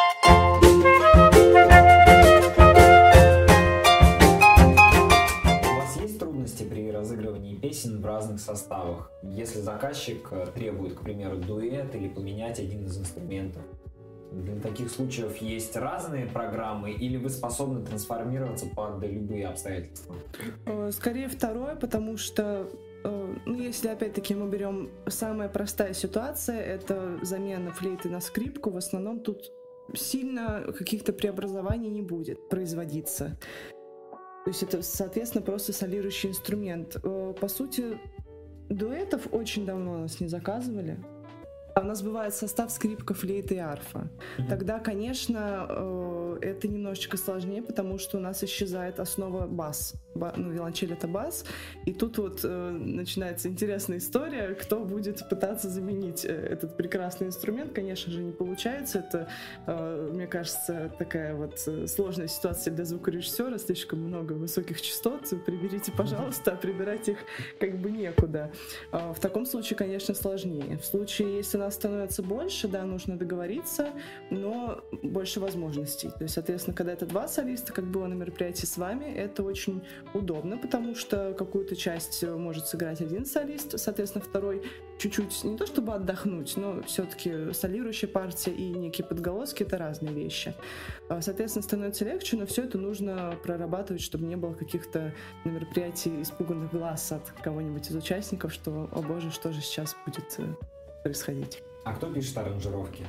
У вас есть трудности при разыгрывании песен в разных составах? Если заказчик требует, к примеру, дуэт или поменять один из инструментов, для таких случаев есть разные программы или вы способны трансформироваться под любые обстоятельства? Скорее второе, потому что если опять-таки мы берем самая простая ситуация, это замена флейты на скрипку, в основном тут сильно каких-то преобразований не будет производиться. То есть это, соответственно, просто солирующий инструмент. По сути, дуэтов очень давно у нас не заказывали. У нас бывает состав скрипка, флейта и арфа. Тогда, конечно, это немножечко сложнее, потому что у нас исчезает основа бас. Виолончель — это бас. И тут вот начинается интересная история, кто будет пытаться заменить этот прекрасный инструмент. Конечно же, не получается. Это, мне кажется, такая вот сложная ситуация для звукорежиссера. Слишком много высоких частот. Приберите, пожалуйста, а прибирать их как бы некуда. В таком случае, конечно, сложнее. В случае, если у нас становится больше, да, нужно договориться, но больше возможностей. То есть, соответственно, когда это два солиста, как было на мероприятии с вами, это очень удобно, потому что какую-то часть может сыграть один солист, соответственно, второй чуть-чуть, не то чтобы отдохнуть, но все-таки солирующая партия и некие подголоски — это разные вещи. Соответственно, становится легче, но все это нужно прорабатывать, чтобы не было каких-то на мероприятии испуганных глаз от кого-нибудь из участников, что, о боже, что же сейчас будет происходить. А кто пишет аранжировки?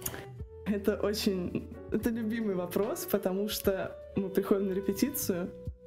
Это любимый вопрос, потому что мы приходим на репетицию,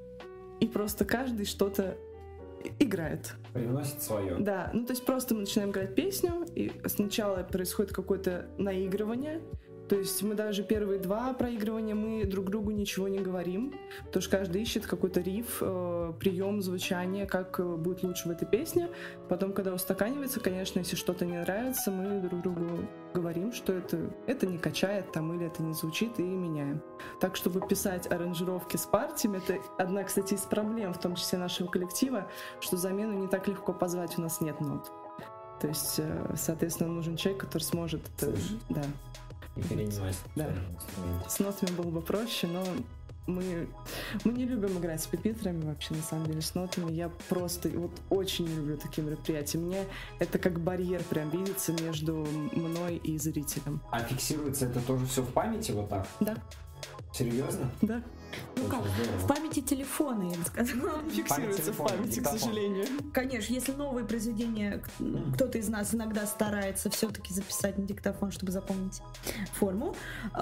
и просто каждый что-то играет. Привносит свое. Да, то есть просто мы начинаем играть песню, и сначала происходит какое-то наигрывание. То есть мы даже первые два проигрывания мы друг другу ничего не говорим, потому что каждый ищет какой-то риф, прием звучания, как будет лучше в этой песне. Потом, когда устаканивается, конечно, если что-то не нравится, мы друг другу говорим, что это не качает там, или это не звучит, и меняем. Так, чтобы писать аранжировки с партиями, это одна, кстати, из проблем, в том числе нашего коллектива, что замену не так легко позвать, у нас нет нот. То есть, соответственно, нужен человек, который сможет это... Да. И перенимать. Да. С нотами было бы проще, но мы не любим играть с пепитрами вообще, на самом деле, с нотами. Я просто очень не люблю такие мероприятия. Мне это как барьер прям видится между мной и зрителем. А фиксируется это тоже все в памяти вот так? Да. Серьезно? Да. Ну как, в памяти телефона, я бы сказала. Фиксируется в памяти, к сожалению. Конечно, если новые произведения, кто-то из нас иногда старается все-таки записать на диктофон, чтобы запомнить форму.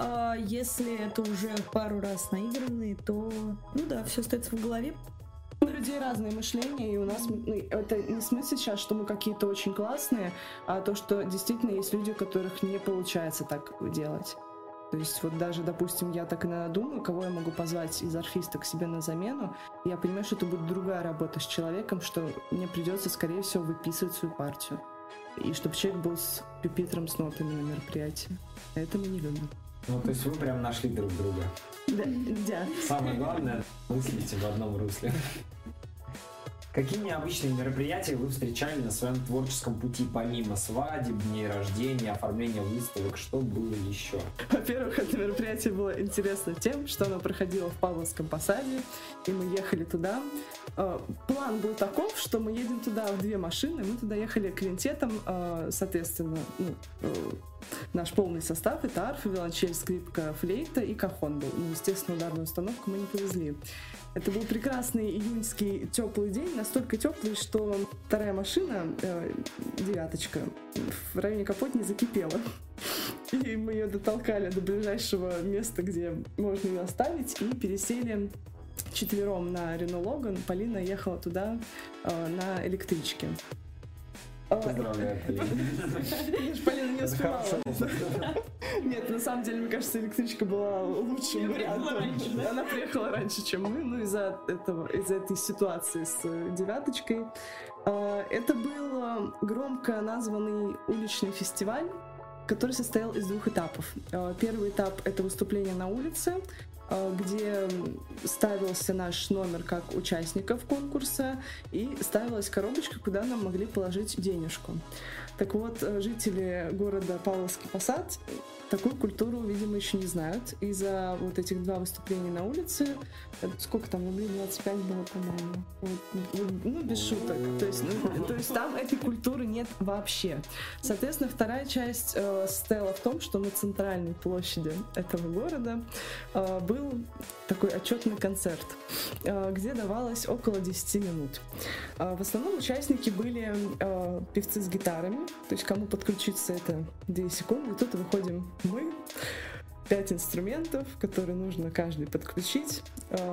Если это уже пару раз наигранные, то, все остается в голове. У людей разное мышление, и у нас это не смысл сейчас, что мы какие-то очень классные, а то, что действительно есть люди, у которых не получается так делать. То есть вот даже, допустим, я так иногда думаю, кого я могу позвать из арфиста к себе на замену, и я понимаю, что это будет другая работа с человеком, что мне придется, скорее всего, выписывать свою партию. И чтобы человек был с пюпитром, с нотами на мероприятии. Это мы не любим. То есть вы прям нашли друг друга. Да. Самое главное, мыслите в одном русле. Какие необычные мероприятия вы встречали на своем творческом пути, помимо свадеб, дней рождения, оформления выставок? Что было еще? Во-первых, это мероприятие было интересно тем, что оно проходило в Павловском посаде, и мы ехали туда. План был таков, что мы едем туда в 2 машины, мы туда ехали квинтетом, соответственно, наш полный состав — это арфа, виолончель, скрипка, флейта и кахон был. Естественно, ударную установку мы не повезли. Это был прекрасный июньский теплый день, настолько теплый, что 2-я машина, 9-очка, в районе Капотни закипела. И мы ее дотолкали до ближайшего места, где можно ее оставить, и пересели 4 на Renault Logan. Полина ехала туда на электричке. Поздравляю, Полина. Полина не успевала. Нет, на самом деле, мне кажется, электричка была лучшим вариантом. Она приехала раньше, чем мы, из-за этой ситуации с 9-очкой. Это был громко названный уличный фестиваль, который состоял из 2 этапов. Первый этап — это выступление на улице, где ставился наш номер как участников конкурса и ставилась коробочка, куда нам могли положить денежку. Так вот, жители города Павловский посад такую культуру, видимо, еще не знают. Из-за вот этих 2 выступления на улице, сколько там, рублей 25 было, по-моему. Без шуток. То есть там этой культуры нет вообще. Соответственно, 2-я часть состояла в том, что на центральной площади этого города был такой отчетный концерт, где давалось около 10 минут. В основном участники были певцы с гитарами, то есть кому подключиться — это 2 секунды, и тут выходим мы, 5 инструментов, которые нужно каждый подключить.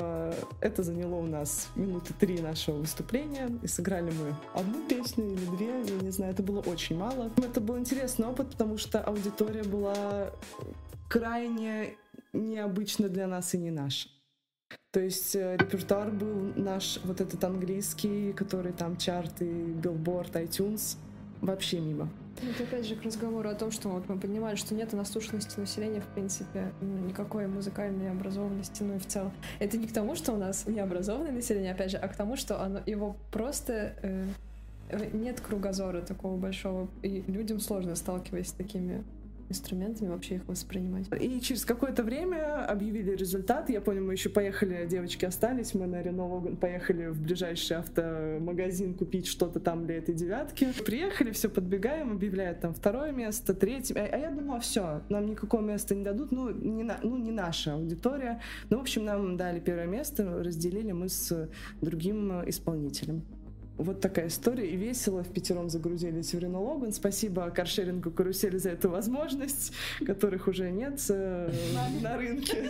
Это заняло у нас минуты 3 нашего выступления, и сыграли мы 1 песню или 2, я не знаю, это было очень мало. Это был интересный опыт, потому что аудитория была крайне необычно для нас и не наша. То есть репертуар был наш, вот этот английский, который там чарты, Billboard, iTunes, вообще мимо. Это опять же к разговору о том, что вот мы понимали, что нет наслушанности населения, в принципе, никакой музыкальной образованности, ну и в целом. Это не к тому, что у нас необразованное население, опять же, а к тому, что его просто нет кругозора такого большого, и людям сложно, сталкиваясь с такими инструментами, вообще их воспринимать. И через какое-то время объявили результат. Я помню, мы еще поехали, девочки остались, мы на Renault Logan поехали в ближайший автомагазин купить что-то там для этой 9-ки. Приехали, все подбегаем, объявляют там 2-е место, 3-е. А я думала, все, нам никакого места не дадут, не наша аудитория. Ну, в общем, нам дали 1-е место, разделили мы с другим исполнителем. Вот такая история, и весело, впятером загрузились в Renault Logan. Спасибо каршерингу «Карусели» за эту возможность, которых уже нет на рынке.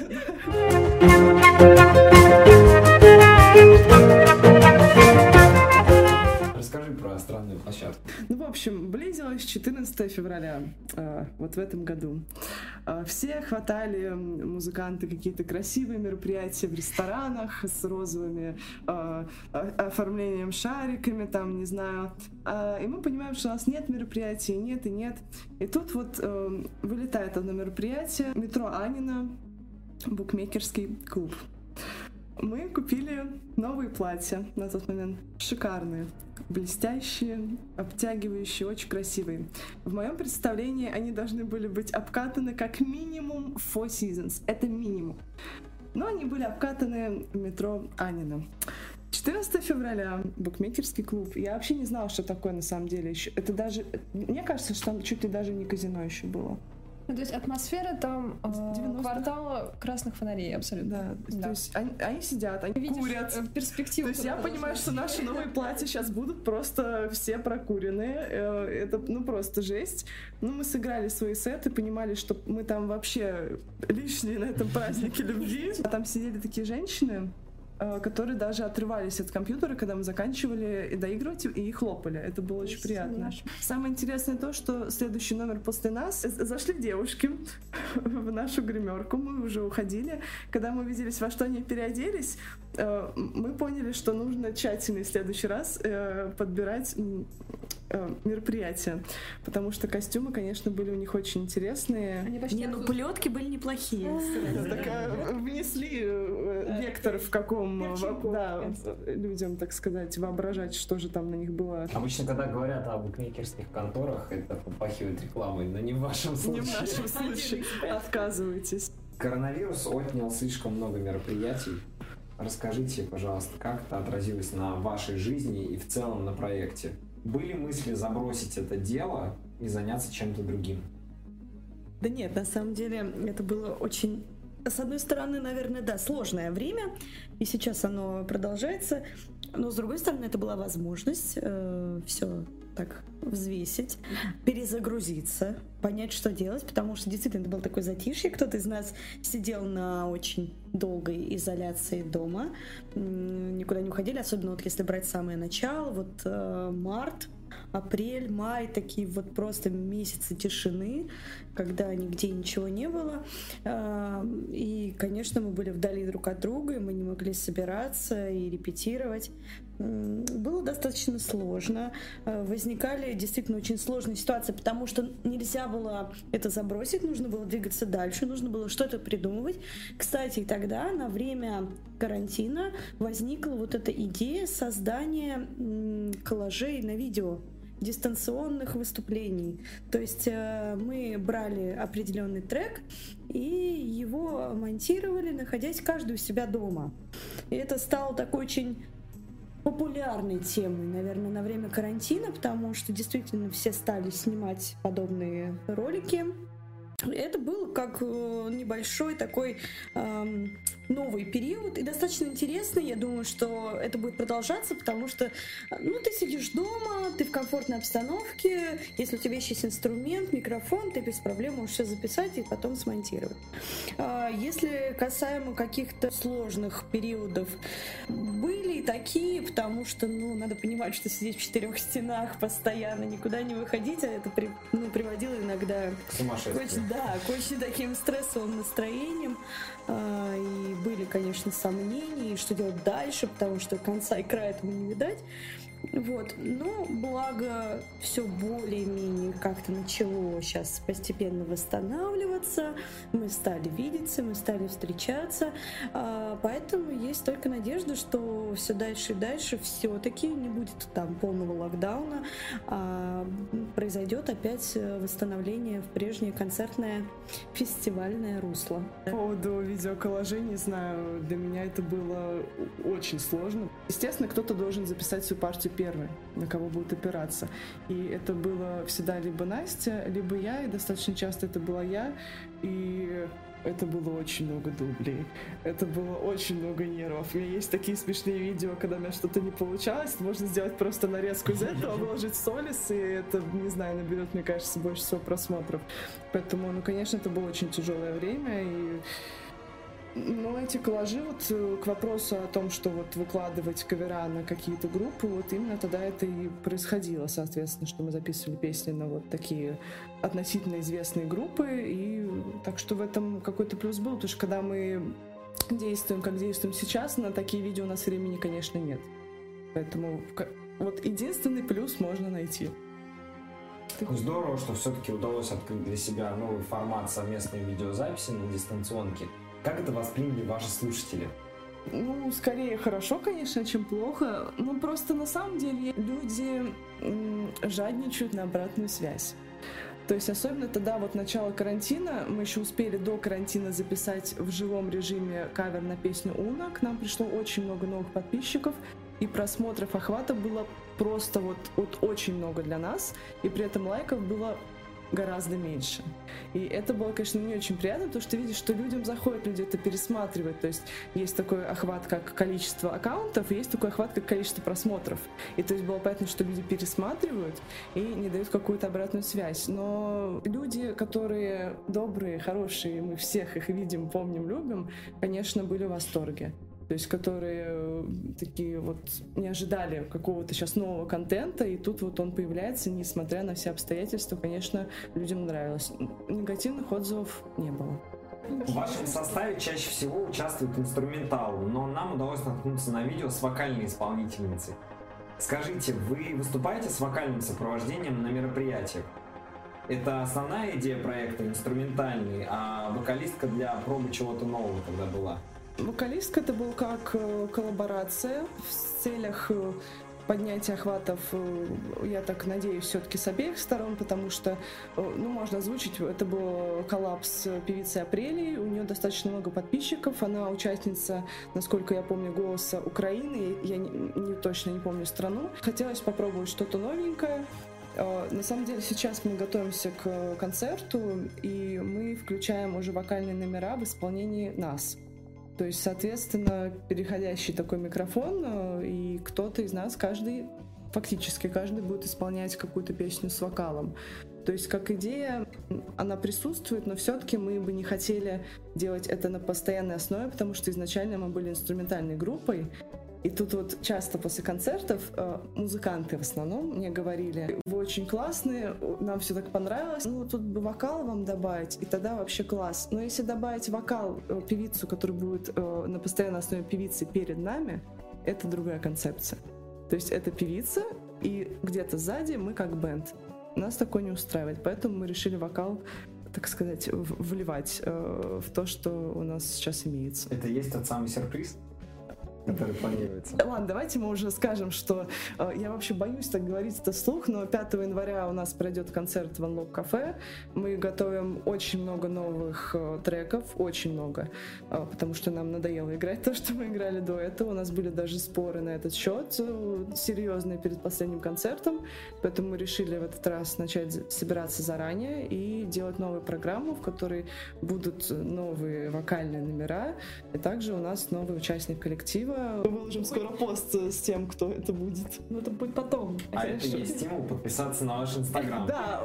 Расскажи про странную площадку. Ну, в общем, близилось 14 февраля, вот в этом году. Все хватали музыканты какие-то красивые мероприятия в ресторанах с розовыми оформлением шариками, там, не знаю. И мы понимаем, что у нас нет мероприятий, нет и нет. И тут вот вылетает одно мероприятие, метро Анина, букмекерский клуб. Мы купили новые платья на тот момент, шикарные, блестящие, обтягивающие, очень красивые. В моем представлении они должны были быть обкатаны как минимум в Four Seasons, это минимум. Но они были обкатаны в метро Анина. 14 февраля, букмекерский клуб. Я вообще не знала, что такое на самом деле еще. Это даже, мне кажется, что там чуть ли даже не казино еще было. Ну, то есть атмосфера там квартала красных фонарей, абсолютно. Да. То есть они сидят, они курят. Перспективу. То есть я понимаю, что наши новые платья сейчас будут просто все прокуренные. Это, просто жесть. Мы сыграли свои сеты, понимали, что мы там вообще лишние на этом празднике любви. Там сидели такие женщины, которые даже отрывались от компьютера, когда мы заканчивали доигрывать, и хлопали. Это было очень приятно. Самое интересное то, что следующий номер после нас зашли девушки, в нашу гримерку, мы уже уходили. Когда мы увиделись, во что они переоделись, мы поняли, что нужно тщательно в следующий раз подбирать мероприятия, потому что костюмы, конечно, были у них очень интересные. Плетки были неплохие. Внесли вектор, в каком людям, так сказать, воображать, что же там на них было. Обычно, когда говорят о букмекерских конторах, это попахивает рекламой, но не в вашем случае. Не в нашем случае. Отказывайтесь. Коронавирус отнял слишком много мероприятий. Расскажите, пожалуйста, как это отразилось на вашей жизни и в целом на проекте? Были мысли забросить это дело и заняться чем-то другим? Да нет, на самом деле это было очень, с одной стороны, наверное, да, сложное время, и сейчас оно продолжается, но с другой стороны, это была возможность все так взвесить, перезагрузиться, понять, что делать, потому что действительно это было такое затишье. Кто-то из нас сидел на очень долгой изоляции дома, никуда не уходили, особенно вот если брать самое начало, вот март, апрель, май, такие вот просто месяцы тишины, когда нигде ничего не было. И, конечно, мы были вдали друг от друга, и мы не могли собираться и репетировать. Было достаточно сложно. Возникали действительно очень сложные ситуации, потому что нельзя было это забросить, нужно было двигаться дальше, нужно было что-то придумывать. Кстати, тогда на время карантина возникла вот эта идея создания коллажей на видео, дистанционных выступлений. То есть мы брали определенный трек и его монтировали, находясь каждый у себя дома. И это стало такой очень популярной темой, наверное, на время карантина, потому что действительно все стали снимать подобные ролики. Это был как небольшой такой новый период и достаточно интересный. Я думаю, что это будет продолжаться, потому что ты сидишь дома, ты в комфортной обстановке, если у тебя есть инструмент, микрофон, ты без проблем можешь все записать и потом смонтировать. Если касаемо каких-то сложных периодов, были и такие, потому что надо понимать, что сидеть в 4 стенах постоянно, никуда не выходить, а это приводило иногда к очень таким стрессовым настроениям. И были, конечно, сомнения, что делать дальше, потому что конца и края этому не видать. Вот. Но благо все более-менее как-то начало сейчас постепенно восстанавливаться. Мы стали видеться, мы стали встречаться. Поэтому есть только надежда, что все дальше и дальше все-таки не будет там полного локдауна, а произойдет опять восстановление в прежнее концертное фестивальное русло. По поводу видеоколлажей, не знаю, для меня это было очень сложно. Естественно, кто-то должен записать свою партию первый, на кого будет опираться. И это было всегда либо Настя, либо я, и достаточно часто это была я. И это было очень много дублей. Это было очень много нервов. У меня есть такие смешные видео, когда у меня что-то не получалось. Можно сделать просто нарезку из этого, выложить в Солис, и это, не знаю, наберет, мне кажется, больше всего просмотров. Поэтому, конечно, это было очень тяжелое время. Но эти коллажи, к вопросу о том, что выкладывать кавера на какие-то группы, именно тогда это и происходило, соответственно, что мы записывали песни на такие относительно известные группы, и так что в этом какой-то плюс был, потому что когда мы действуем, как действуем сейчас, на такие видео у нас времени, конечно, нет. Поэтому единственный плюс можно найти. Здорово, что все-таки удалось открыть для себя новый формат совместной видеозаписи на дистанционке. Как это восприняли ваши слушатели? Скорее хорошо, конечно, чем плохо. Просто на самом деле люди жадничают на обратную связь. То есть особенно тогда, начало карантина, мы еще успели до карантина записать в живом режиме кавер на песню «Уна». К нам пришло очень много новых подписчиков, и просмотров, охвата было просто очень много для нас, и при этом лайков было гораздо меньше. И это было, конечно, не очень приятно, потому что ты видишь, что людям заходит, люди это пересматривают. То есть есть такой охват, как количество аккаунтов, и есть такой охват, как количество просмотров. И то есть было понятно, что люди пересматривают и не дают какую-то обратную связь. Но люди, которые добрые, хорошие, мы всех их видим, помним, любим, конечно, были в восторге. то есть которые такие вот не ожидали какого-то сейчас нового контента, и тут вот он появляется, несмотря на все обстоятельства, конечно, людям нравилось. Негативных отзывов не было. В вашем составе чаще всего участвует инструментал, но нам удалось наткнуться на видео с вокальной исполнительницей. Скажите, вы выступаете с вокальным сопровождением на мероприятиях? Это основная идея проекта, инструментальный, а вокалистка для пробы чего-то нового тогда была? Вокалистка это был как коллаборация в целях поднятия охватов, я так надеюсь, все-таки с обеих сторон, потому что, можно озвучить, это был коллаб с певицей Апрелей, у нее достаточно много подписчиков, она участница, насколько я помню, «Голоса Украины», я точно не помню страну. Хотелось попробовать что-то новенькое. На самом деле сейчас мы готовимся к концерту, и мы включаем уже вокальные номера в исполнении нас. То есть, соответственно, переходящий такой микрофон, и кто-то из нас, фактически каждый будет исполнять какую-то песню с вокалом. То есть, как идея, она присутствует, но все-таки мы бы не хотели делать это на постоянной основе, потому что изначально мы были инструментальной группой. И тут вот часто после концертов музыканты в основном мне говорили: вы очень классные, нам все так понравилось, тут бы вокал вам добавить, и тогда вообще класс. Но если добавить вокал, певицу, которая будет на постоянной основе певицы перед нами, это другая концепция. То есть это певица, и где-то сзади мы как бэнд. Нас такое не устраивает, поэтому мы решили вокал, так сказать, вливать в то, что у нас сейчас имеется. Это есть тот самый сюрприз, который планируется? Ладно, давайте мы уже скажем, что я вообще боюсь так говорить это вслух, но 5 января у нас пройдет концерт в Unlock Cafe. Мы готовим очень много новых треков, очень много, потому что нам надоело играть то, что мы играли до этого. У нас были даже споры на этот счет серьезные перед последним концертом, поэтому мы решили в этот раз начать собираться заранее и делать новую программу, в которой будут новые вокальные номера, и также у нас новый участник коллектива. Выложим скоро пост с тем, кто это будет. Но это будет потом. А это есть стимул подписаться на ваш Инстаграм. Да,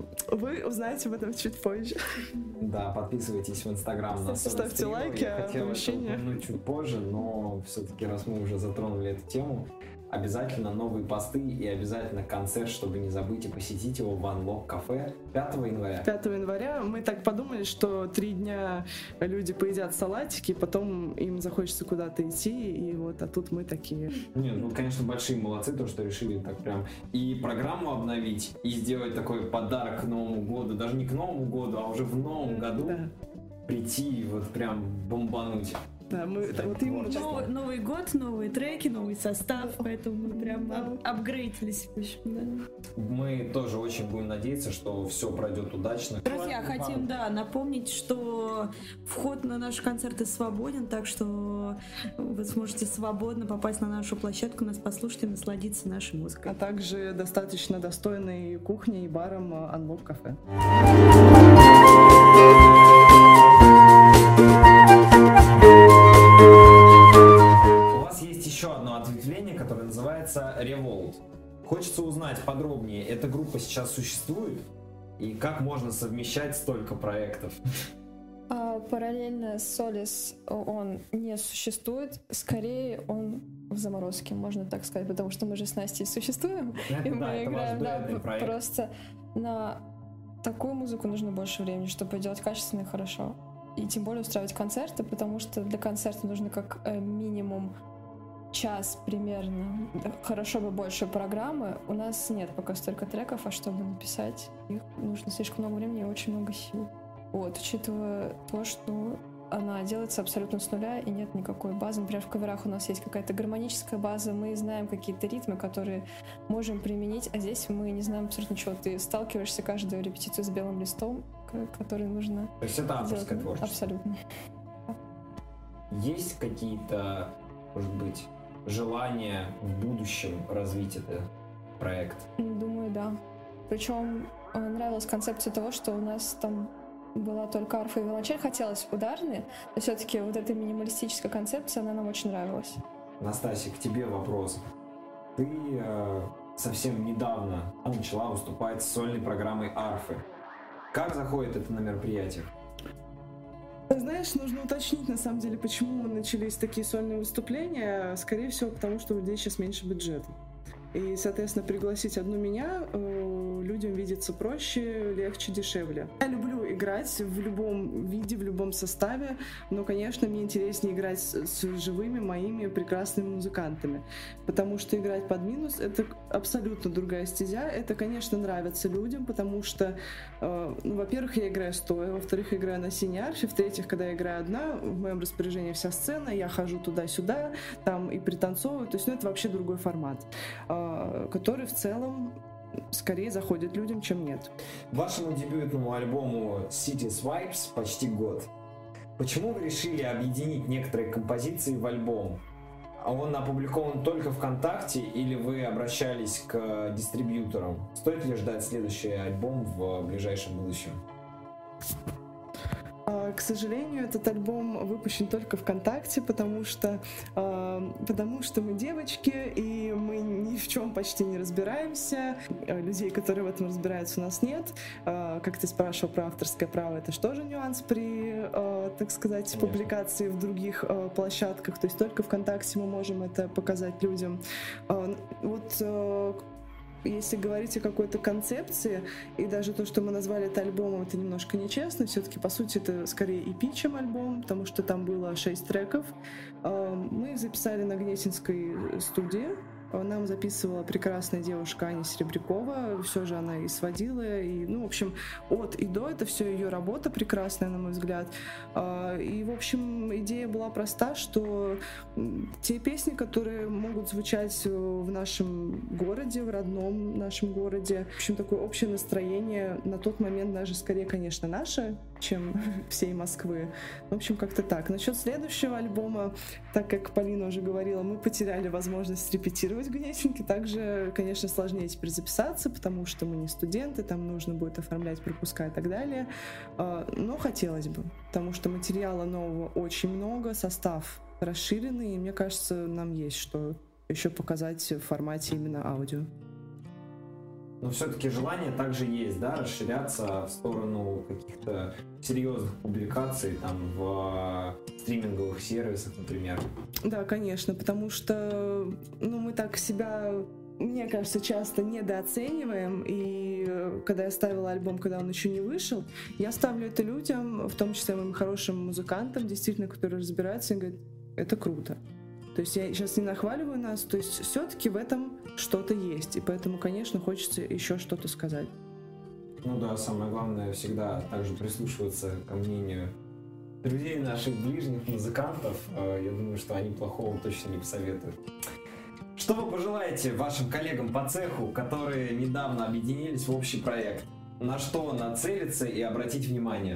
вы узнаете об этом чуть позже. Да, подписывайтесь в Инстаграм на ставьте лайки, я хотел оповещения. это упомянуть чуть позже, но все-таки раз мы уже затронули эту тему, обязательно новые посты и обязательно концерт, чтобы не забыть и посетить его в Unlock Cafe 5 января. 5 января мы так подумали, что 3 дня люди поедят салатики, потом им захочется куда-то идти, и вот, а тут мы такие. Нет, конечно, большие молодцы, то, что решили так прям и программу обновить, и сделать такой подарок к Новому году, даже не к Новому году, а уже в Новом году прийти и вот прям бомбануть. Да, мы вот именно Новый год, новые треки, новый состав, поэтому мы прям апгрейдились. Мы тоже очень будем надеяться, что все пройдет удачно. Друзья, хотим, напомнить, что вход на наши концерты свободен, так что вы сможете свободно попасть на нашу площадку, нас послушать и насладиться нашей музыкой. А также достаточно достойной кухней и баром Unlock Cafe. Еще одно ответвление, которое называется Revolt. Хочется узнать подробнее, эта группа сейчас существует и как можно совмещать столько проектов? Параллельно с Solis он не существует, скорее он в заморозке, можно так сказать, потому что мы же с Настей существуем, и мы играем, просто на такую музыку нужно больше времени, чтобы делать качественно и хорошо. И тем более устраивать концерты, потому что для концерта нужно как минимум час примерно, хорошо бы больше программы. У нас нет пока столько треков, а чтобы написать их, нужно слишком много времени и очень много сил. Вот, учитывая то, что она делается абсолютно с нуля и нет никакой базы. Например, в каверах у нас есть какая-то гармоническая база, мы знаем какие-то ритмы, которые можем применить, а здесь мы не знаем абсолютно ничего. Ты сталкиваешься каждую репетицию с белым листом, который нужно То есть это авторское творчество? Абсолютно. Есть какие-то, может быть, желание в будущем развить этот проект? Думаю, да. Причем нравилась концепция того, что у нас там была только арфа и виолончель. Хотелось ударные, но все-таки вот эта минималистическая концепция, она нам очень нравилась. Настасья, к тебе вопрос. Ты совсем недавно начала выступать с сольной программой арфы. Как заходит это на мероприятиях? Знаешь, нужно уточнить, на самом деле, почему начались такие сольные выступления. Скорее всего, потому что у людей сейчас меньше бюджета. И, соответственно, пригласить одну меня людям видится проще, легче, дешевле. Я люблю играть в любом виде, в любом составе, но, конечно, мне интереснее играть с живыми моими прекрасными музыкантами, потому что играть под минус — это абсолютно другая стезя. Это, конечно, нравится людям, потому что, во-первых, я играю стоя, во-вторых, я играю на синей арфе, в-третьих, когда я играю одна, в моем распоряжении вся сцена, я хожу туда-сюда, там и пританцовываю, то есть, это вообще другой формат, который в целом скорее заходит людям, чем нет. Вашему дебютному альбому Cities Vibes почти год. Почему вы решили объединить некоторые композиции в альбом? А он опубликован только ВКонтакте или вы обращались к дистрибьюторам? Стоит ли ждать следующий альбом в ближайшем будущем? К сожалению, этот альбом выпущен только ВКонтакте, потому что мы девочки, и мы ни в чем почти не разбираемся. Людей, которые в этом разбираются, у нас нет. Как ты спрашивал про авторское право, это же тоже нюанс при, так сказать, Конечно. публикации в других площадках. То есть только ВКонтакте мы можем это показать людям. Если говорить о какой-то концепции, и даже то, что мы назвали это альбомом, это немножко нечестно. Все-таки, по сути, это скорее EP, чем альбом, потому что там было 6 треков. Мы их записали на Гнесинской студии. Нам записывала прекрасная девушка Аня Серебрякова. Все же она и сводила. И, в общем, от и до это все ее работа прекрасная, на мой взгляд. И, в общем, идея была проста, что те песни, которые могут звучать в нашем городе, в родном нашем городе, в общем, такое общее настроение на тот момент даже скорее, конечно, наше, чем всей Москвы. В общем, как-то так. Насчет следующего альбома, так как Полина уже говорила, мы потеряли возможность репетировать в Гнесинке. Также, конечно, сложнее теперь записаться, потому что мы не студенты, там нужно будет оформлять пропуска и так далее. Но хотелось бы, потому что материала нового очень много, состав расширенный, и мне кажется, нам есть что еще показать в формате именно аудио. Но все-таки желание также есть, да, расширяться в сторону каких-то серьезных публикаций там в стриминговых сервисах, например. Да, конечно, потому что мы так себя, мне кажется, часто недооцениваем, и когда я ставила альбом, когда он еще не вышел, я ставлю это людям, в том числе моим хорошим музыкантам, действительно, которые разбираются и говорят, это круто. То есть я сейчас не нахваливаю нас, то есть все-таки в этом что-то есть, и поэтому, конечно, хочется еще что-то сказать. Ну да, самое главное всегда также прислушиваться ко мнению друзей наших ближних музыкантов. Я думаю, что они плохого точно не посоветуют. Что вы пожелаете вашим коллегам по цеху, которые недавно объединились в общий проект? На что нацелиться и обратить внимание?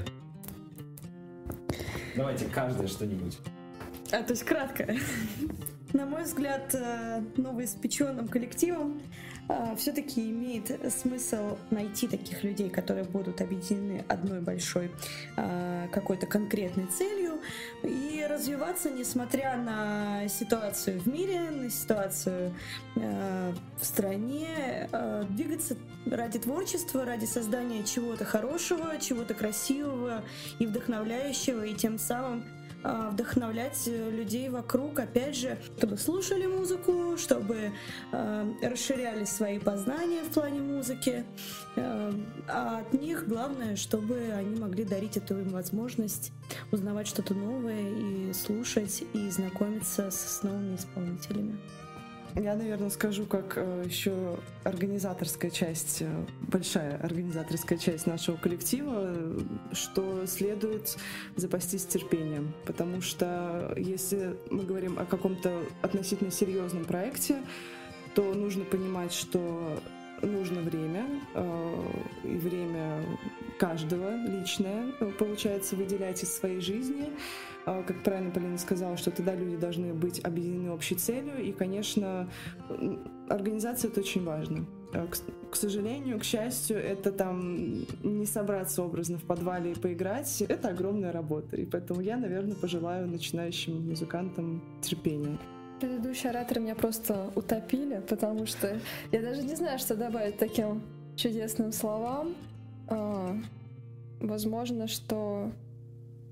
Давайте каждое что-нибудь. То есть кратко. На мой взгляд, новоиспеченным коллективом все-таки имеет смысл найти таких людей, которые будут объединены одной большой какой-то конкретной целью и развиваться, несмотря на ситуацию в мире, на ситуацию в стране, двигаться ради творчества, ради создания чего-то хорошего, чего-то красивого и вдохновляющего, и тем самым вдохновлять людей вокруг, опять же, чтобы слушали музыку, чтобы расширяли свои познания в плане музыки, а от них главное, чтобы они могли дарить эту им возможность узнавать что-то новое и слушать, и знакомиться с новыми исполнителями. Я, наверное, скажу, как еще организаторская часть, большая организаторская часть нашего коллектива, что следует запастись терпением, потому что если мы говорим о каком-то относительно серьезном проекте, то нужно понимать, что нужно время, и время каждого личное, получается, выделять из своей жизни. Как правильно Полина сказала, что тогда люди должны быть объединены общей целью, и, конечно, организация — это очень важно. К сожалению, к счастью, это там не собраться образно в подвале и поиграть, это огромная работа, и поэтому я, наверное, пожелаю начинающим музыкантам терпения. Предыдущие ораторы меня просто утопили, потому что я даже не знаю, что добавить таким чудесным словам. Возможно, что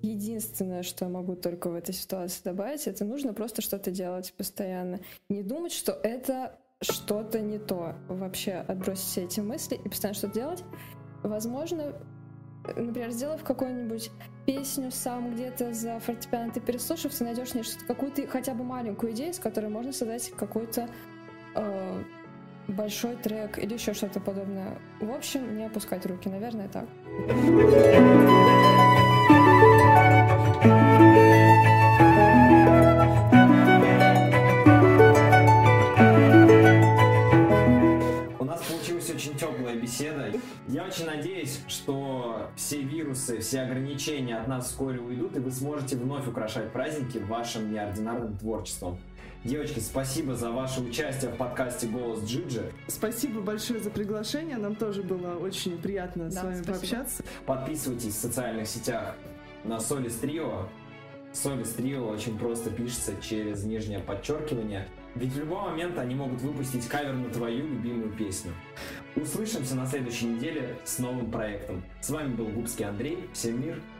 единственное, что я могу только в этой ситуации добавить, это нужно просто что-то делать постоянно. Не думать, что это что-то не то. Вообще отбросить все эти мысли и постоянно что-то делать. Возможно, например, сделав какую-нибудь песню сам где-то за фортепиано, ты переслушав, ты найдешь какую-то хотя бы маленькую идею, с которой можно создать какой-то большой трек или еще что-то подобное. В общем, не опускать руки, наверное, так. У нас получилась очень теплая беседа. Я очень надеюсь, что все вирусы, все ограничения от нас вскоре уйдут, и вы сможете вновь украшать праздники вашим неординарным творчеством. Девочки, спасибо за ваше участие в подкасте «Голос Джиджи». Спасибо большое за приглашение. Нам тоже было очень приятно с вами пообщаться. Подписывайтесь в социальных сетях на Солис Трио. Солис Трио очень просто пишется через нижнее подчеркивание. Ведь в любой момент они могут выпустить кавер на твою любимую песню. Услышимся на следующей неделе с новым проектом. С вами был Губский Андрей. Всем мир!